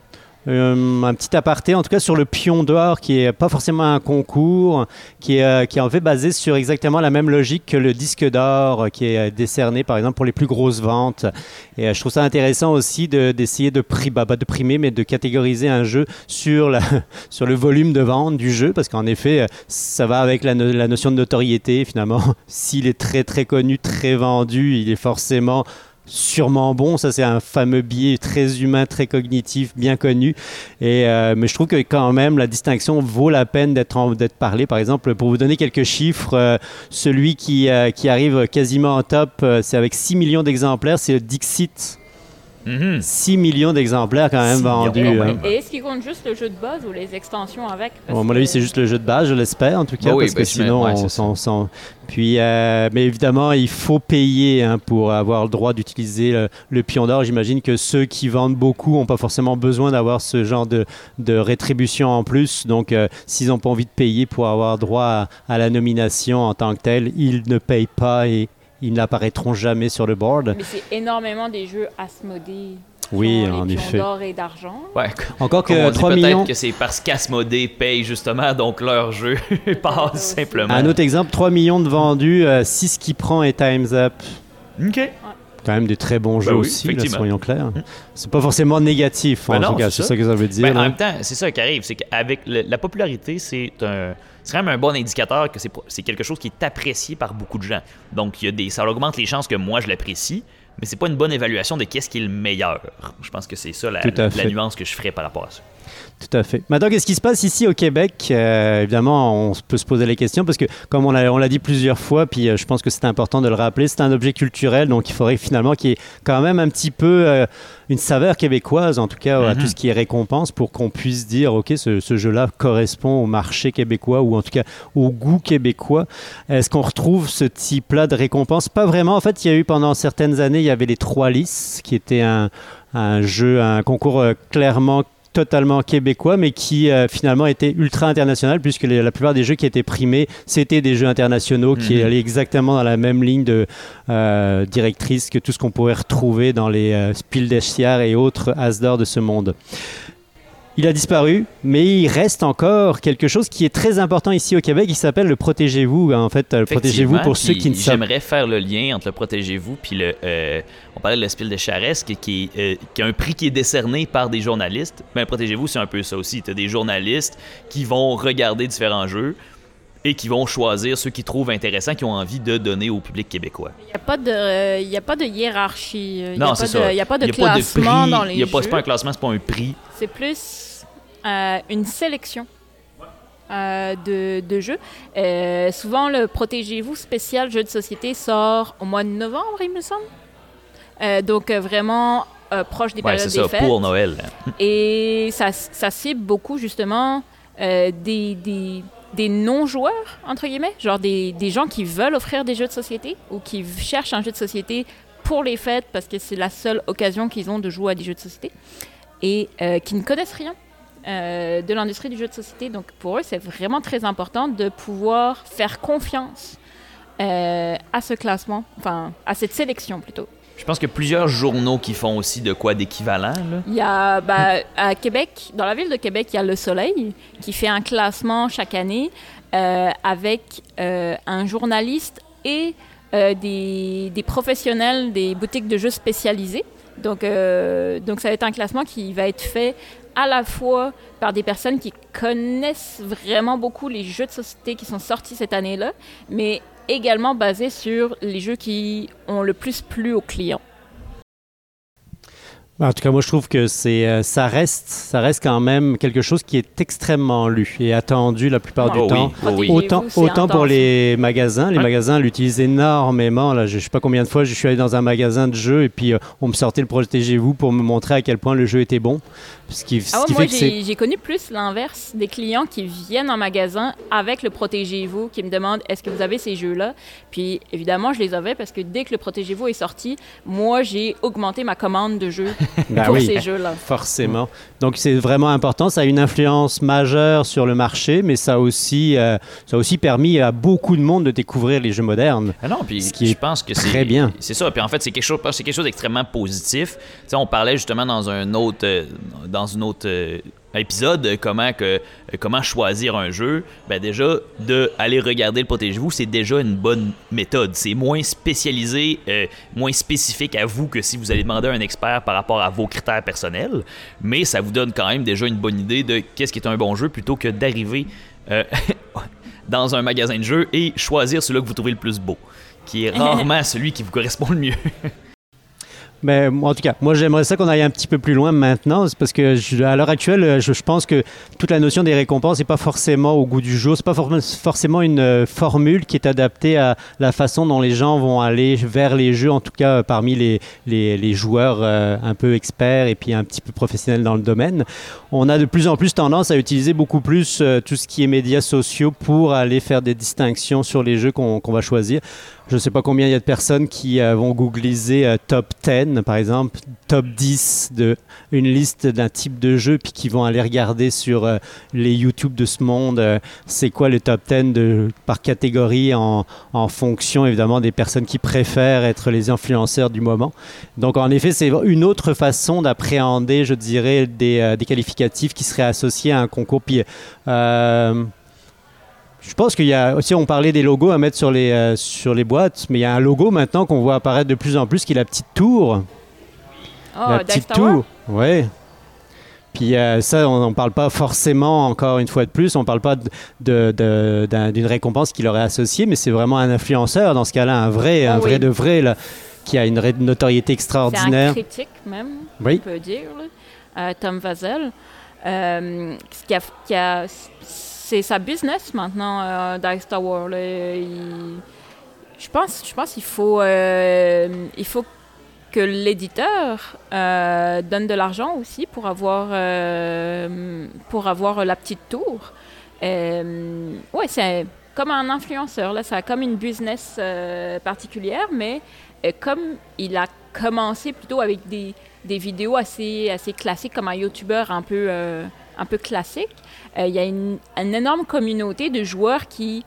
S3: euh, un petit aparté, en tout cas sur le Pion d'or, qui est pas forcément un concours, qui est, euh, qui est en fait basé sur exactement la même logique que le disque d'or, euh, qui est décerné par exemple pour les plus grosses ventes. Et euh, je trouve ça intéressant aussi de, d'essayer de, pri- bah, pas de primer, mais de catégoriser un jeu sur, la, sur le volume de vente du jeu, parce qu'en effet, ça va avec la, no- la notion de notoriété. Finalement, s'il est très très connu, très vendu, il est forcément sûrement bon. Ça, c'est un fameux biais très humain, très cognitif, bien connu. Et, euh, mais je trouve que quand même, la distinction vaut la peine d'être, en, d'être parlée. Par exemple, pour vous donner quelques chiffres, euh, celui qui, euh, qui arrive quasiment en top, euh, c'est avec six millions d'exemplaires, c'est le Dixit.
S5: Mhm.
S3: six millions d'exemplaires quand même
S5: six
S3: vendus.
S5: millions,
S3: hein.
S5: ouais.
S2: Et est-ce qu'il compte juste le jeu de base ou les extensions avec? Parce
S3: Bon, à mon
S2: que-
S3: avis, c'est juste le jeu de base, je l'espère, en tout cas,
S5: Bah oui,
S3: parce
S5: ben,
S3: que
S5: je
S3: sinon,
S5: mets- ouais,
S3: on
S5: c'est
S3: s'en... s'en- Puis, euh, mais évidemment, il faut payer hein, pour avoir le droit d'utiliser le, le Pion d'or. J'imagine que ceux qui vendent beaucoup n'ont pas forcément besoin d'avoir ce genre de, de rétribution en plus. Donc, euh, s'ils n'ont pas envie de payer pour avoir droit à, à la nomination en tant que telle, ils ne payent pas et ils n'apparaîtront jamais sur le board.
S2: Mais c'est énormément des jeux Asmodée. qui
S3: Oui,
S2: ont
S3: en
S2: les pions
S3: effet.
S2: d'or et d'argent.
S5: Ouais.
S3: Encore
S5: Comme on
S3: que
S5: dit,
S3: trois
S5: peut-être
S3: millions...
S5: que c'est parce qu'Asmodée paye justement, donc leur jeu passe
S2: aussi.
S5: simplement.
S3: Un autre exemple, trois millions de vendus, euh, six qui prend et Time's Up.
S5: OK.
S3: Quand même des très bons
S5: Ben
S3: jeux
S5: oui,
S3: aussi, là,
S5: effectivement.
S3: soyons clairs. C'est pas forcément négatif,
S5: Ben
S3: en
S5: non,
S3: tout cas,
S5: c'est
S3: c'est
S5: ça.
S3: ça que ça veut dire.
S5: Ben, en
S3: là.
S5: même temps, c'est ça qui arrive, c'est qu'avec le- la popularité, c'est un, c'est quand même un bon indicateur que c'est, pro- c'est quelque chose qui est apprécié par beaucoup de gens. Donc, il y a des, ça augmente les chances que moi je l'apprécie, mais c'est pas une bonne évaluation de qu'est-ce qui est le meilleur. Je pense que c'est ça la,
S3: Tout à
S5: la
S3: fait.
S5: nuance que je ferais par rapport à ça.
S3: Tout à fait. Maintenant, qu'est-ce qui se passe ici au Québec? Euh, évidemment, on peut se poser les questions parce que, comme on l'a, on l'a dit plusieurs fois, puis euh, je pense que c'est important de le rappeler, c'est un objet culturel, donc il faudrait finalement qu'il y ait quand même un petit peu euh, une saveur québécoise, en tout cas à
S5: Mhm.
S3: tout ce qui est récompense, pour qu'on puisse dire, OK, ce, ce jeu-là correspond au marché québécois ou en tout cas au goût québécois. Est-ce qu'on retrouve ce type-là de récompense? Pas vraiment. En fait, il y a eu pendant certaines années, il y avait les Trois Lys, qui était un, un jeu, un concours euh, clairement totalement québécois, mais qui euh, finalement était ultra international, puisque les- la plupart des jeux qui étaient primés, c'était des jeux internationaux qui
S5: Mhm.
S3: allaient exactement dans la même ligne de euh, directrice que tout ce qu'on pourrait retrouver dans les euh, Spiel des Jahres et autres Asdor de ce monde. Il a disparu, mais il reste encore quelque chose qui est très important ici au Québec, qui s'appelle le Protégez-vous. En fait, le Protégez-vous pour ceux
S5: Puis
S3: qui ne savent pas.
S5: J'aimerais faire le lien entre le Protégez-vous puis le. euh, on parlait de le Spiel des Jahres, qui, qui, est, euh, qui a un prix qui est décerné par des journalistes. Ben, Protégez-vous, c'est un peu ça aussi. Tu as des journalistes qui vont regarder différents jeux et qui vont choisir ceux qu'ils trouvent intéressants, qui ont envie de donner au public québécois.
S2: Il n'y a pas de, euh, il y a pas de hiérarchie. Il y a
S5: Non,
S2: pas
S5: c'est
S2: de-
S5: ça.
S2: Il n'y a pas de
S5: Il y a pas de
S2: classement
S5: prix,
S2: dans les
S5: il y a pas,
S2: jeux.
S5: c'est pas un classement, c'est pas un prix.
S2: C'est plus euh, une sélection euh, de, de jeux. Euh, souvent, le Protégez-vous spécial jeu de société sort au mois de novembre, il me semble. Euh, donc, euh, vraiment euh, proche des
S5: Ouais,
S2: périodes
S5: c'est
S2: des
S5: ça,
S2: fêtes.
S5: pour Noël.
S2: Et ça, ça cible beaucoup, justement, euh, des, des, des non-joueurs, entre guillemets, genre des, des gens qui veulent offrir des jeux de société ou qui v- cherchent un jeu de société pour les fêtes parce que c'est la seule occasion qu'ils ont de jouer à des jeux de société et euh, qui ne connaissent rien euh, de l'industrie du jeu de société. Donc, pour eux, c'est vraiment très important de pouvoir faire confiance euh, à ce classement, enfin, à cette sélection plutôt.
S5: Je pense qu'il y a plusieurs journaux qui font aussi de quoi d'équivalent. Là.
S2: Il y a, bah, à Québec, dans la ville de Québec, il y a Le Soleil qui fait un classement chaque année euh, avec euh, un journaliste et euh, des, des professionnels des boutiques de jeux spécialisées. Donc, euh, donc, ça va être un classement qui va être fait à la fois par des personnes qui connaissent vraiment beaucoup les jeux de société qui sont sortis cette année-là, mais également basé sur les jeux qui ont le plus plu aux clients.
S3: En tout cas, moi, je trouve que c'est, euh, ça reste, ça reste quand même quelque chose qui est extrêmement lu et attendu la plupart
S5: Oh
S3: du
S5: oui,
S3: temps.
S5: oh oui.
S3: Autant,
S2: c'est
S3: autant pour
S2: intense.
S3: les magasins. Les
S5: Ouais.
S3: magasins l'utilisent énormément. Là, je ne sais pas combien de fois je suis allé dans un magasin de jeux et puis euh, on me sortait le Protégez-vous pour me montrer à quel point le jeu était bon. Ce qui, ce
S2: Ah ouais,
S3: qui
S2: moi,
S3: fait que c'est...
S2: j'ai, j'ai connu plus l'inverse, des clients qui viennent en magasin avec le Protégez-vous, qui me demandent est-ce que vous avez ces jeux-là. Puis évidemment, je les avais parce que dès que le Protégez-vous est sorti, moi, j'ai augmenté ma commande de jeux
S3: Ben
S2: pour
S3: oui,
S2: ces jeux-là.
S3: forcément. Donc c'est vraiment important, ça a une influence majeure sur le marché, mais ça a aussi, euh, ça a aussi permis à beaucoup de monde de découvrir les jeux modernes.
S5: Ah non, puis
S3: ce qui
S5: je
S3: est
S5: pense que
S3: très
S5: c'est
S3: bien.
S5: C'est ça. Puis en fait, c'est quelque chose, c'est quelque chose d'extrêmement positif. Tu sais, on parlait justement dans un autre, euh, dans une autre euh, épisode euh, comment que euh, comment choisir un jeu. Ben déjà, de aller regarder le Protégez-vous, c'est déjà une bonne méthode. C'est moins spécialisé, euh, moins spécifique à vous que si vous allez demander à un expert par rapport à vos critères personnels. Mais ça vous donne quand même déjà une bonne idée de qu'est-ce qui est un bon jeu plutôt que d'arriver euh, dans un magasin de jeux et choisir celui que vous trouvez le plus beau, qui est rarement celui qui vous correspond le mieux.
S3: Mais en tout cas, moi j'aimerais ça qu'on aille un petit peu plus loin maintenant, c'est parce que je, à l'heure actuelle, je, je pense que toute la notion des récompenses n'est pas forcément au goût du jour, c'est pas for- forcément une euh, formule qui est adaptée à la façon dont les gens vont aller vers les jeux, en tout cas euh, parmi les, les, les joueurs euh, un peu experts et puis un petit peu professionnels dans le domaine. On a de plus en plus tendance à utiliser beaucoup plus euh, tout ce qui est médias sociaux pour aller faire des distinctions sur les jeux qu'on, qu'on va choisir. Je ne sais pas combien il y a de personnes qui euh, vont googliser euh, top dix, par exemple, top dix de une liste d'un type de jeu, puis qui vont aller regarder sur euh, les YouTube de ce monde, euh, c'est quoi le top dix de, par catégorie en, en fonction, évidemment, des personnes qui préfèrent être les influenceurs du moment. Donc, en effet, c'est une autre façon d'appréhender, je dirais, des, euh, des qualificatifs qui seraient associés à un concours. Puis, euh, je pense qu'il y a aussi, on parlait des logos à mettre sur les, euh, sur les boîtes, mais il y a un logo maintenant qu'on voit apparaître de plus en plus qui est la petite tour.
S2: Oh,
S3: la
S2: Dice
S3: petite
S2: Tower?
S3: tour, ouais. Puis euh, ça, on ne parle pas forcément, encore une fois de plus, on ne parle pas de, de, de, d'un, d'une récompense qu'il aurait associée, mais c'est vraiment un influenceur, dans ce cas-là, un vrai,
S2: Oh,
S3: un
S2: oui.
S3: vrai de vrai, là, qui a une ré- notoriété
S2: C'est un
S3: extraordinaire.
S2: critique même,
S3: Oui.
S2: on peut dire, là, euh, Tom Vazel, euh, qui a, qui a, c'est sa business maintenant, euh, Dice Tower. Là. Il- je pense, je pense qu'il faut, euh, il faut que l'éditeur euh, donne de l'argent aussi pour avoir, euh, pour avoir la petite tour. Euh, ouais, c'est comme un influenceur, là, ça a comme une business euh, particulière, mais euh, comme il a commencé plutôt avec des, des vidéos assez, assez classiques, comme un YouTuber un peu, euh, un peu classique, euh, il y a une, une énorme communauté de joueurs qui,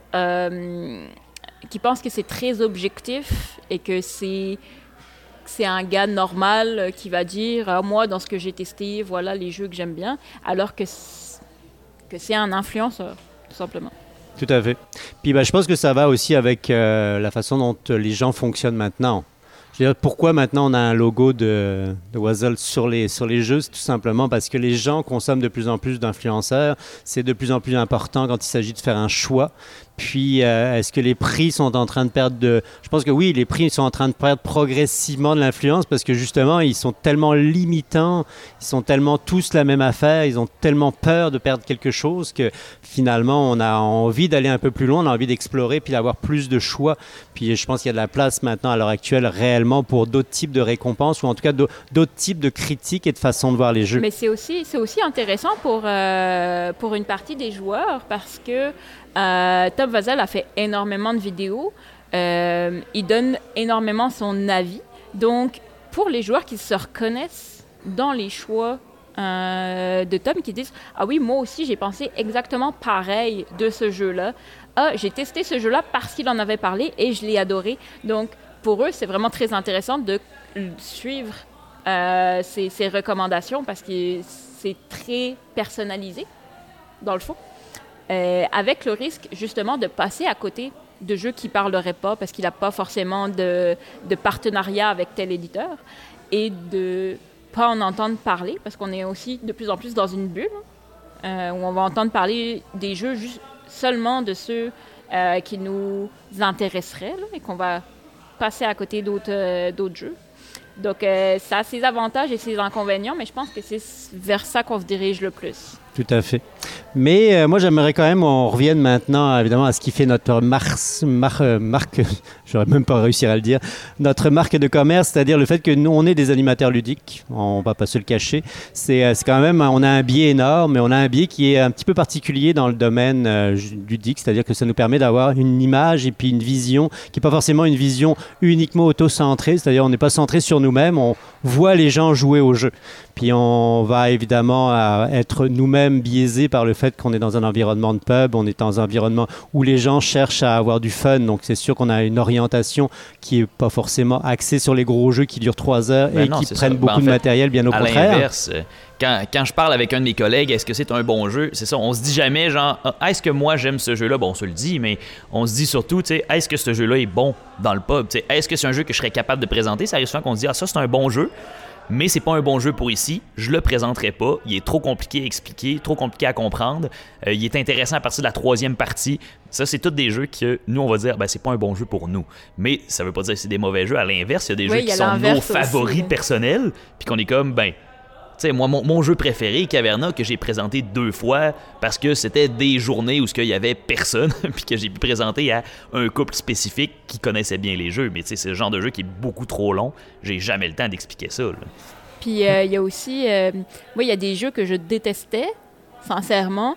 S2: euh, qui pensent que c'est très objectif et que c'est, c'est un gars normal euh, qui va dire ah, « moi, dans ce que j'ai testé, voilà les jeux que j'aime bien », alors que c'est, que c'est un influenceur, tout simplement.
S3: Tout à fait. Puis ben, je pense que ça va aussi avec euh, la façon dont euh, les gens fonctionnent maintenant. Je veux dire, pourquoi maintenant on a un logo de, de Wazzle sur les, sur les jeux? C'est tout simplement parce que les gens consomment de plus en plus d'influenceurs. C'est de plus en plus important quand il s'agit de faire un choix. Puis, euh, est-ce que les prix sont en train de perdre de... Je pense que oui, les prix sont en train de perdre progressivement de l'influence parce que justement, ils sont tellement limitants, ils sont tellement tous la même affaire, ils ont tellement peur de perdre quelque chose que finalement, on a envie d'aller un peu plus loin, on a envie d'explorer puis d'avoir plus de choix. Puis, je pense qu'il y a de la place maintenant à l'heure actuelle réellement pour d'autres types de récompenses ou en tout cas d'autres types de critiques et de façons de voir les jeux.
S2: Mais c'est aussi, c'est aussi intéressant pour, euh, pour une partie des joueurs parce que euh, Tom Vazel a fait énormément de vidéos. Euh, il donne énormément son avis. Donc, pour les joueurs qui se reconnaissent dans les choix euh, de Tom, qui disent « Ah oui, moi aussi, j'ai pensé exactement pareil de ce jeu-là. Ah, j'ai testé ce jeu-là parce qu'il en avait parlé et je l'ai adoré. » Donc, pour eux, c'est vraiment très intéressant de suivre euh, ces, ces recommandations parce que c'est très personnalisé, dans le fond, euh, avec le risque, justement, de passer à côté de jeux qui ne parleraient pas parce qu'il n'a pas forcément de, de partenariat avec tel éditeur et de ne pas en entendre parler parce qu'on est aussi de plus en plus dans une bulle euh, où on va entendre parler des jeux juste seulement de ceux euh, qui nous intéresseraient là, et qu'on va passer à côté d'autres, euh, d'autres jeux. Donc, euh, ça a ses avantages et ses inconvénients, mais je pense que c'est vers ça qu'on se dirige le plus.
S3: Tout à fait. Mais euh, moi, j'aimerais quand même, on revienne maintenant, évidemment, à ce qui fait notre mars, mar, euh, marque, j'aurais même pas réussi à le dire, notre marque de commerce, c'est-à-dire le fait que nous, on est des animateurs ludiques, on va pas se le cacher. C'est, euh, c'est quand même, on a un biais énorme, mais on a un biais qui est un petit peu particulier dans le domaine euh, ludique, c'est-à-dire que ça nous permet d'avoir une image et puis une vision qui n'est pas forcément une vision uniquement auto-centrée, c'est-à-dire on n'est pas centré sur nous-mêmes, on voit les gens jouer au jeu. Puis on va évidemment euh, être nous-mêmes biaisés par le fait qu'on est dans un environnement de pub, on est dans un environnement où les gens cherchent à avoir du fun. Donc c'est sûr qu'on a une orientation qui n'est pas forcément axée sur les gros jeux qui durent trois heures ben et non, qui prennent ça. beaucoup ben, en fait, de matériel, bien au
S5: à
S3: contraire.
S5: À l'inverse, quand, quand je parle avec un de mes collègues, est-ce que c'est un bon jeu? C'est ça, on se dit jamais genre, ah, est-ce que moi j'aime ce jeu-là? Bon, on se le dit, mais on se dit surtout, tu sais, est-ce que ce jeu-là est bon dans le pub? T'sais, est-ce que c'est un jeu que je serais capable de présenter? Ça arrive souvent qu'on se dit, ah, ça c'est un bon jeu. Mais c'est pas un bon jeu pour ici, je le présenterai pas, il est trop compliqué à expliquer, trop compliqué à comprendre, euh, il est intéressant à partir de la troisième partie. Ça, c'est tous des jeux que nous, on va dire, ben c'est pas un bon jeu pour nous. Mais ça veut pas dire que c'est des mauvais jeux, à l'inverse, il y a des
S2: oui,
S5: jeux qui sont nos favoris aussi, personnels, puis qu'on est comme, ben... Tu sais, moi, mon, mon jeu préféré, Caverna, que j'ai présenté deux fois parce que c'était des journées où il y avait personne, puis que j'ai pu présenter à un couple spécifique qui connaissait bien les jeux. Mais tu sais, c'est le genre de jeu qui est beaucoup trop long. J'ai jamais le temps d'expliquer ça, là.
S2: Puis il euh, y a aussi... Euh, moi, il y a des jeux que je détestais, sincèrement,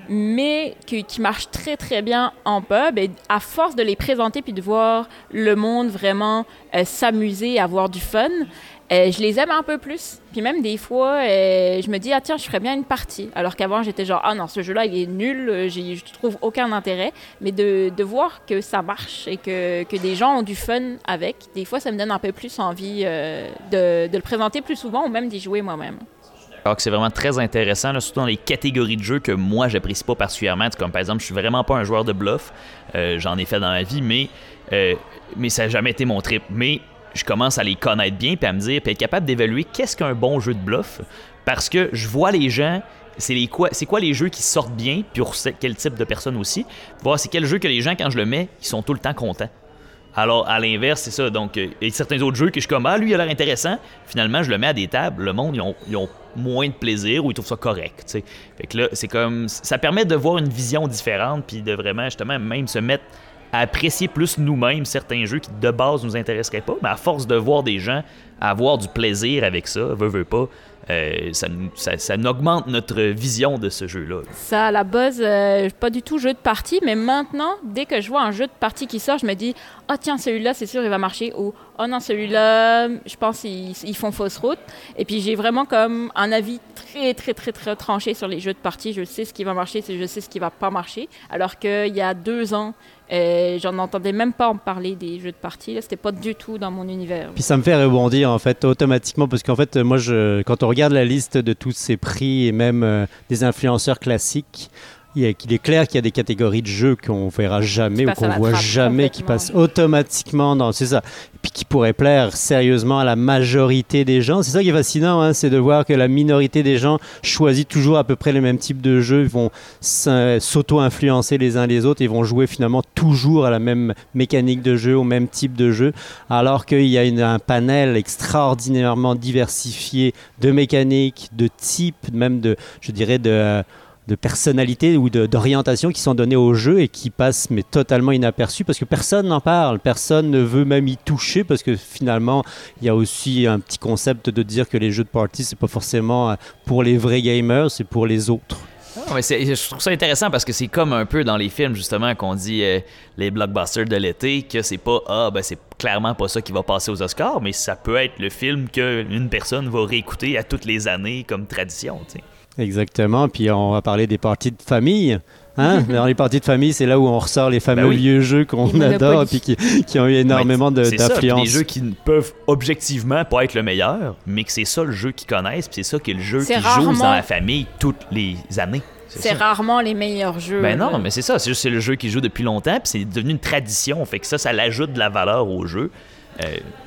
S2: mais qui, qui marchent très, très bien en pub. Et à force de les présenter puis de voir le monde vraiment euh, s'amuser, avoir du fun... Euh, je les aime un peu plus. Puis même des fois, euh, je me dis, ah tiens, je ferais bien une partie. Alors qu'avant, j'étais genre, ah non, ce jeu-là, il est nul, euh, j'ai, je trouve aucun intérêt. Mais de, de voir que ça marche et que, que des gens ont du fun avec, des fois, ça me donne un peu plus envie euh, de, de le présenter plus souvent ou même d'y jouer moi-même.
S5: Alors que c'est vraiment très intéressant, là, surtout dans les catégories de jeux que moi, j'apprécie pas particulièrement. C'est comme par exemple, je suis vraiment pas un joueur de bluff. Euh, j'en ai fait dans ma vie, mais, euh, mais ça n'a jamais été mon trip. Mais je commence à les connaître bien puis à me dire, puis être capable d'évaluer qu'est-ce qu'un bon jeu de bluff, parce que je vois les gens, c'est, les quoi, c'est quoi les jeux qui sortent bien, puis pour quel type de personnes aussi, voir c'est quel jeu que les gens, quand je le mets, ils sont tout le temps contents. Alors, à l'inverse, c'est ça. Donc, il y a certains autres jeux que je suis comme, ah, lui, il a l'air intéressant. Finalement, je le mets à des tables, le monde, ils ont, ils ont moins de plaisir ou ils trouvent ça correct, tu sais. Fait que là, c'est comme, ça permet de voir une vision différente, puis de vraiment, justement, même se mettre à apprécier plus nous-mêmes certains jeux qui de base nous intéresseraient pas, mais à force de voir des gens avoir du plaisir avec ça, veut, veut pas, euh, ça, ça, ça augmente notre vision de ce jeu-là.
S2: Ça, à la base, euh, pas du tout jeu de partie, mais maintenant, dès que je vois un jeu de partie qui sort, je me dis « Ah oh, tiens, celui-là, c'est sûr, il va marcher » ou « Oh non, celui-là, je pense qu'ils ils font fausse route ». Et puis j'ai vraiment comme un avis très, très, très, très tranché sur les jeux de partie. Je sais ce qui va marcher, je sais ce qui va pas marcher. Alors qu'il y a deux ans, Euh, j'en entendais même pas en parler des jeux de partie. Là, c'était pas du tout dans mon univers.
S3: Puis ça me fait rebondir en fait automatiquement parce qu'en fait moi je, quand on regarde la liste de tous ces prix et même euh, des influenceurs classiques, il est, il est clair qu'il y a des catégories de jeux qu'on verra jamais ou qu'on voit jamais qui passent automatiquement dans, c'est ça, et puis qui pourraient plaire sérieusement à la majorité des gens. C'est ça qui est fascinant, hein, c'est de voir que la minorité des gens choisit toujours à peu près les mêmes types de jeux, ils vont s'auto-influencer les uns les autres et vont jouer finalement toujours à la même mécanique de jeu, au même type de jeu, alors qu'il y a une, un panel extraordinairement diversifié de mécaniques, de types, même de, je dirais, de de personnalité ou de, d'orientation qui sont données au jeu et qui passent mais totalement inaperçus parce que personne n'en parle, personne ne veut même y toucher parce que finalement il y a aussi un petit concept de dire que les jeux de party c'est pas forcément pour les vrais gamers, c'est pour les autres.
S5: Ah, mais c'est, je trouve ça intéressant parce que c'est comme un peu dans les films justement qu'on dit euh, les blockbusters de l'été que c'est pas ah ben c'est clairement pas ça qui va passer aux Oscars, mais ça peut être le film qu'une personne va réécouter à toutes les années comme tradition, tu sais.
S3: Exactement, puis on va parler des parties de famille. Hein? Dans les parties de famille, c'est là où on ressort les fameux ben oui. vieux jeux qu'on adore et qui, qui ont eu énormément de,
S5: c'est
S3: d'influence.
S5: Ça, des jeux qui ne peuvent objectivement pas être le meilleur, mais que c'est ça le jeu qu'ils connaissent, puis c'est ça qui est le jeu
S2: c'est
S5: qui
S2: rarement...
S5: joue dans la famille toutes les années.
S2: C'est, c'est rarement les meilleurs jeux.
S5: Ben non, mais c'est ça, c'est juste c'est le jeu qui joue depuis longtemps, puis c'est devenu une tradition, fait que ça, ça l'ajoute de la valeur au jeu. Euh,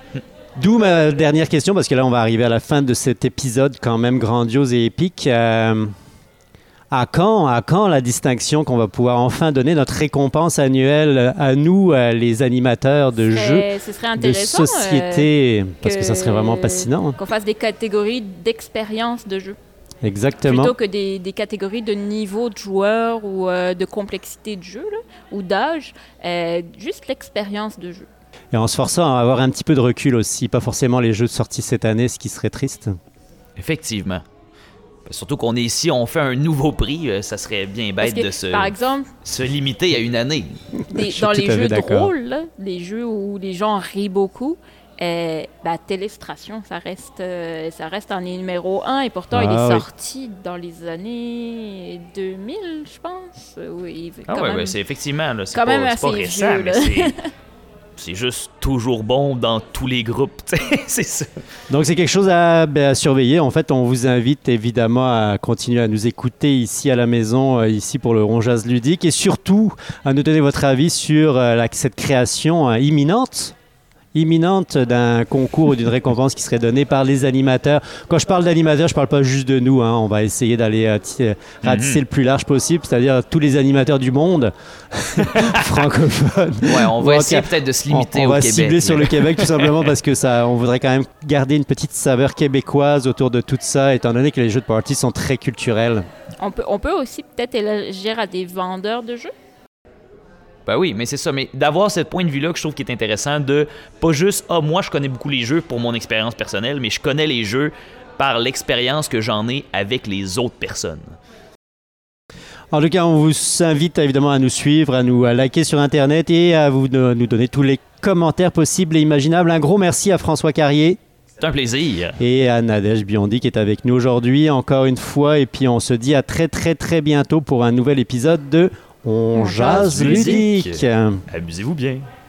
S3: D'où ma dernière question, parce que là, on va arriver à la fin de cet épisode quand même grandiose et épique. Euh, à quand, à quand la distinction qu'on va pouvoir enfin donner notre récompense annuelle à nous, les animateurs de
S2: c'est,
S3: jeux,
S2: ce serait intéressant,
S3: de société,
S2: euh,
S3: parce que, que ça serait vraiment fascinant.
S2: Qu'on fasse des catégories d'expérience de jeu.
S3: Exactement.
S2: Plutôt que des, des catégories de niveau de joueur ou euh, de complexité de jeu là, ou d'âge, euh, juste l'expérience de jeu.
S3: Et en se forçant à avoir un petit peu de recul aussi, pas forcément les jeux sortis cette année, ce qui serait triste.
S5: Effectivement. Surtout qu'on est ici, on fait un nouveau prix, ça serait bien bête
S2: que,
S5: de se,
S2: par exemple,
S5: se limiter à une année.
S2: Des, dans les jeux de rôle, là, les jeux où les gens rient beaucoup, euh, ben, Télestration, ça reste, euh, ça reste en numéro un et pourtant
S3: ah,
S2: il est
S3: oui.
S2: sorti dans les années deux mille, je pense. Oui,
S5: ah ouais, ouais, c'est effectivement, là, c'est,
S2: quand
S5: pas,
S2: même
S5: c'est pas
S2: assez
S5: récent,
S2: vieux,
S5: mais c'est... C'est juste toujours bon dans tous les groupes, c'est ça.
S3: Donc c'est quelque chose à, ben, à surveiller. En fait, on vous invite évidemment à continuer à nous écouter ici à la maison, euh, ici pour le Ronjaz ludique, et surtout à nous donner votre avis sur euh, la, cette création euh, imminente. imminente d'un concours ou d'une récompense qui serait donnée par les animateurs. Quand je parle d'animateurs, je ne parle pas juste de nous. Hein. On va essayer d'aller euh, t- ratisser mm-hmm. le plus large possible, c'est-à-dire tous les animateurs du monde francophones.
S5: Ouais, on va essayer peut-être de se limiter
S3: on, on
S5: au
S3: va
S5: Québec.
S3: cibler
S5: mais...
S3: sur le Québec tout simplement parce que ça, on voudrait quand même garder une petite saveur québécoise autour de tout ça, étant donné que les jeux de party sont très culturels.
S2: On peut, on peut aussi peut-être élargir à des vendeurs de jeux.
S5: Ben oui, mais c'est ça. Mais d'avoir ce point de vue-là que je trouve qui est intéressant, de pas juste « Ah, moi, je connais beaucoup les jeux pour mon expérience personnelle, mais je connais les jeux par l'expérience que j'en ai avec les autres personnes. »
S3: En tout cas, on vous invite évidemment à nous suivre, à nous à liker sur Internet et à vous, de, nous donner tous les commentaires possibles et imaginables. Un gros merci à François Carrier.
S5: C'est un plaisir.
S3: Et à Nadège Biondi qui est avec nous aujourd'hui encore une fois. Et puis on se dit à très très très bientôt pour un nouvel épisode de On, On jase ludique. ludique.
S5: Amusez-vous bien.